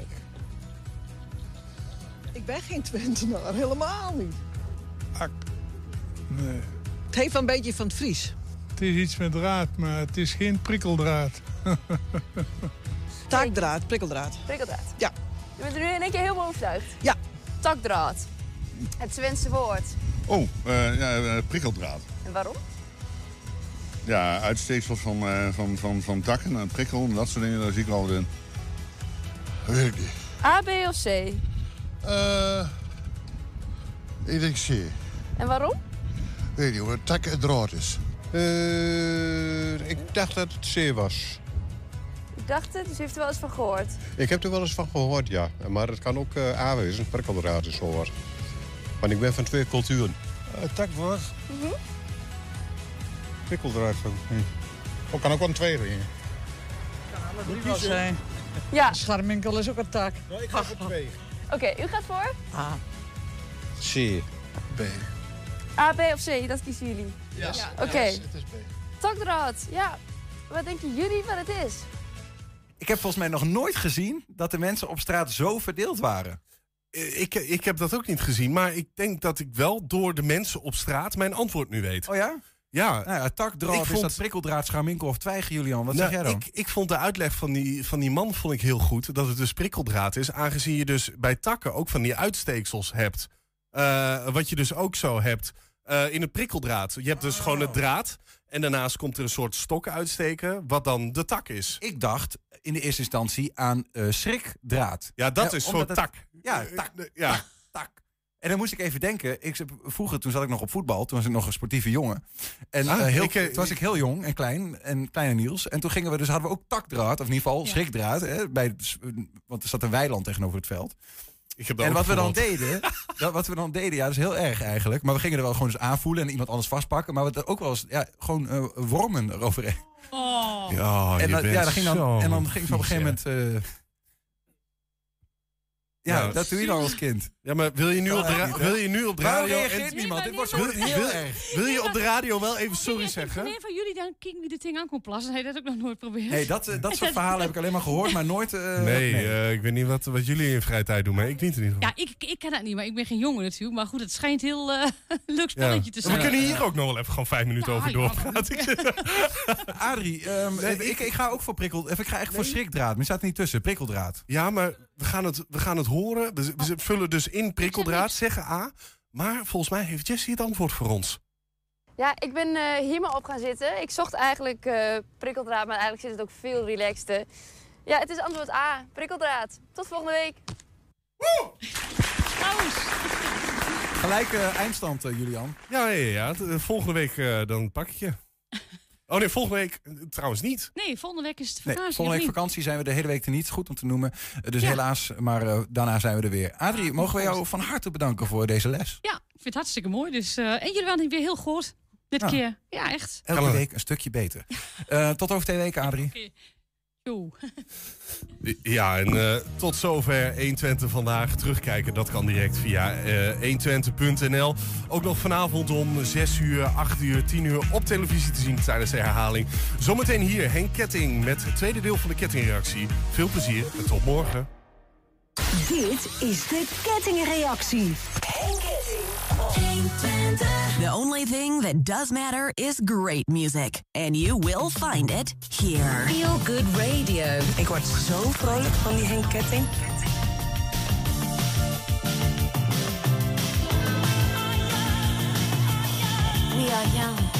Ik ben geen Twentenaar, helemaal niet. Ak. Nee. Het heeft wel een beetje van het Fries. Het is iets met draad, maar het is geen prikkeldraad. Taakdraad, prikkeldraad. Prikkeldraad. Ja. U bent er nu in één keer helemaal overtuigd. Ja. Takdraad. Het Twentse woord. Oh, uh, ja, uh, prikkeldraad. En waarom? Ja, uitsteeksels van, uh, van, van, van takken en prikkel en dat soort dingen, daar zie ik wel in. Weet ik niet. A, B of C? Uh, ik denk C. En waarom? Weet je hoor, tak en draad is. Uh, ik dacht dat het C was. U dacht het, dus u heeft er wel eens van gehoord. Ik heb er wel eens van gehoord, ja. Maar het kan ook uh, A wezen, prikkeldraad is zo wat. Want ik ben van twee culturen. Uh, takwoord. Mm-hmm. Prikkeldraad van. Hm. Oh, kan ook wel een tweede zijn. Kan alle drie wel zijn. Ja. Scharminkel is ook een tak. Nee, ik ga voor twee. Oké, okay, u gaat voor? A. C. B. A, B of C, dat kiezen jullie? Ja. ja. Ja, Oké. het is- het is B. Takdraad, ja. Wat denken jullie wat het is? Ik heb volgens mij nog nooit gezien dat de mensen op straat zo verdeeld waren. Ik, ik heb dat ook niet gezien, maar ik denk dat ik wel door de mensen op straat mijn antwoord nu weet. Oh ja? Ja. Nou ja, takdraad, Ik is vond- dat prikkeldraad, scharminkel of twijgen, Julian? Wat Nou, zeg jij dan? Ik, ik vond de uitleg van die, van die man vond ik heel goed. Dat het dus prikkeldraad is. Aangezien je dus bij takken ook van die uitsteeksels hebt. Uh, wat je dus ook zo hebt uh, in het prikkeldraad. Je hebt dus Oh. gewoon het draad. En daarnaast komt er een soort stok uitsteken. Wat dan de tak is. Ik dacht in de eerste instantie aan uh, schrikdraad. Ja, dat Ja, is omdat zo'n het- tak. Ja, tak. Ja. tak, tak. En dan moest ik even denken. Ik, vroeger, toen zat ik nog op voetbal. Toen was ik nog een sportieve jongen. En Ah, uh, heel, ik, uh, toen was ik heel jong en klein. En kleine Niels. En toen gingen we dus, hadden we ook takdraad. Of in ieder geval Ja. schrikdraad. Hè, bij, het- want er zat een weiland tegenover het veld. Ik heb dat En ook wat we dan gevoeld. deden, dat, wat we dan deden, ja, dat is heel erg eigenlijk. Maar we gingen er wel gewoon eens aanvoelen en iemand anders vastpakken. Maar we hadden ook wel eens, ja, gewoon uh, wormen eroverheen. Oh. Ja, en, je dan, bent ja, dan ging dan, zo en dan ging ze op een vies, gegeven moment... Uh, ja, Ja, dat doe je dan als kind. Ja, maar wil je nu Kan op de, ra- eigenlijk niet, hè? wil je nu op de Waarom radio... reageert en- niemand? Dit wordt zo Wil- heel wil- erg. Wil je op de radio wel even sorry zeggen? Een van jullie dan kijken wie dit ding aan kon plassen. Hij dat ook nog nooit geprobeerd. Nee, dat, uh, dat soort verhalen heb ik alleen maar gehoord, maar nooit... Uh, Nee, nee. uh, ik weet niet wat, wat jullie in vrije tijd doen, maar ik niet in ieder geval. Ja, ik, ik ken dat niet, maar ik ben geen jongen natuurlijk. Maar goed, het schijnt heel uh, leuk spelletje te We zijn. kunnen hier ook nog wel even gewoon vijf minuten Ja, over ja, doorpraten. Adrie, um, Nee, ik, ik, ik ga ook voor prikkel... Of ik ga echt voor Nee. schrikdraad, maar je staat er niet tussen. Prikkeldraad. Ja, maar we gaan het, we gaan het horen. We, we vullen dus in prikkeldraad, zeggen A. Maar volgens mij heeft Jessie het antwoord voor ons. Ja, ik ben uh, hier maar op gaan zitten. Ik zocht eigenlijk uh, prikkeldraad, maar eigenlijk zit het ook veel relaxter. Ja, het is antwoord A, prikkeldraad. Tot volgende week. Gelijke eindstand, uh, Julian. Ja, ja, ja. De- Volgende week uh, dan pak ik je. Oh nee, volgende week uh, trouwens niet. Nee, volgende week is het Nee, vakantie. volgende week of niet? vakantie zijn we de hele week er niet. Goed om te noemen. Uh, dus Ja. helaas, maar uh, daarna zijn we er weer. Adrie, mogen we jou van harte bedanken voor deze les? Ja, ik vind het hartstikke mooi. Dus, uh, en jullie waren weer heel goed dit Ja. keer. Ja, echt. Elke week een stukje beter. Uh, tot over twee weken, Adrie. Oké. Yo. Ja, en uh, tot zover honderdtwintig vandaag. Terugkijken, dat kan direct via uh, honderdtwintig punt n l. Ook nog vanavond om zes uur, acht uur, tien uur op televisie te zien tijdens de herhaling. Zometeen hier Henk Ketting met het tweede deel van de kettingreactie. Veel plezier en tot morgen. Dit is de kettingreactie. Henk Ketting op honderdtwintig. The only thing that does matter is great music. And you will find it here. Feel Good Radio. Ik word zo vrolijk van die Henk Ketting. We are young.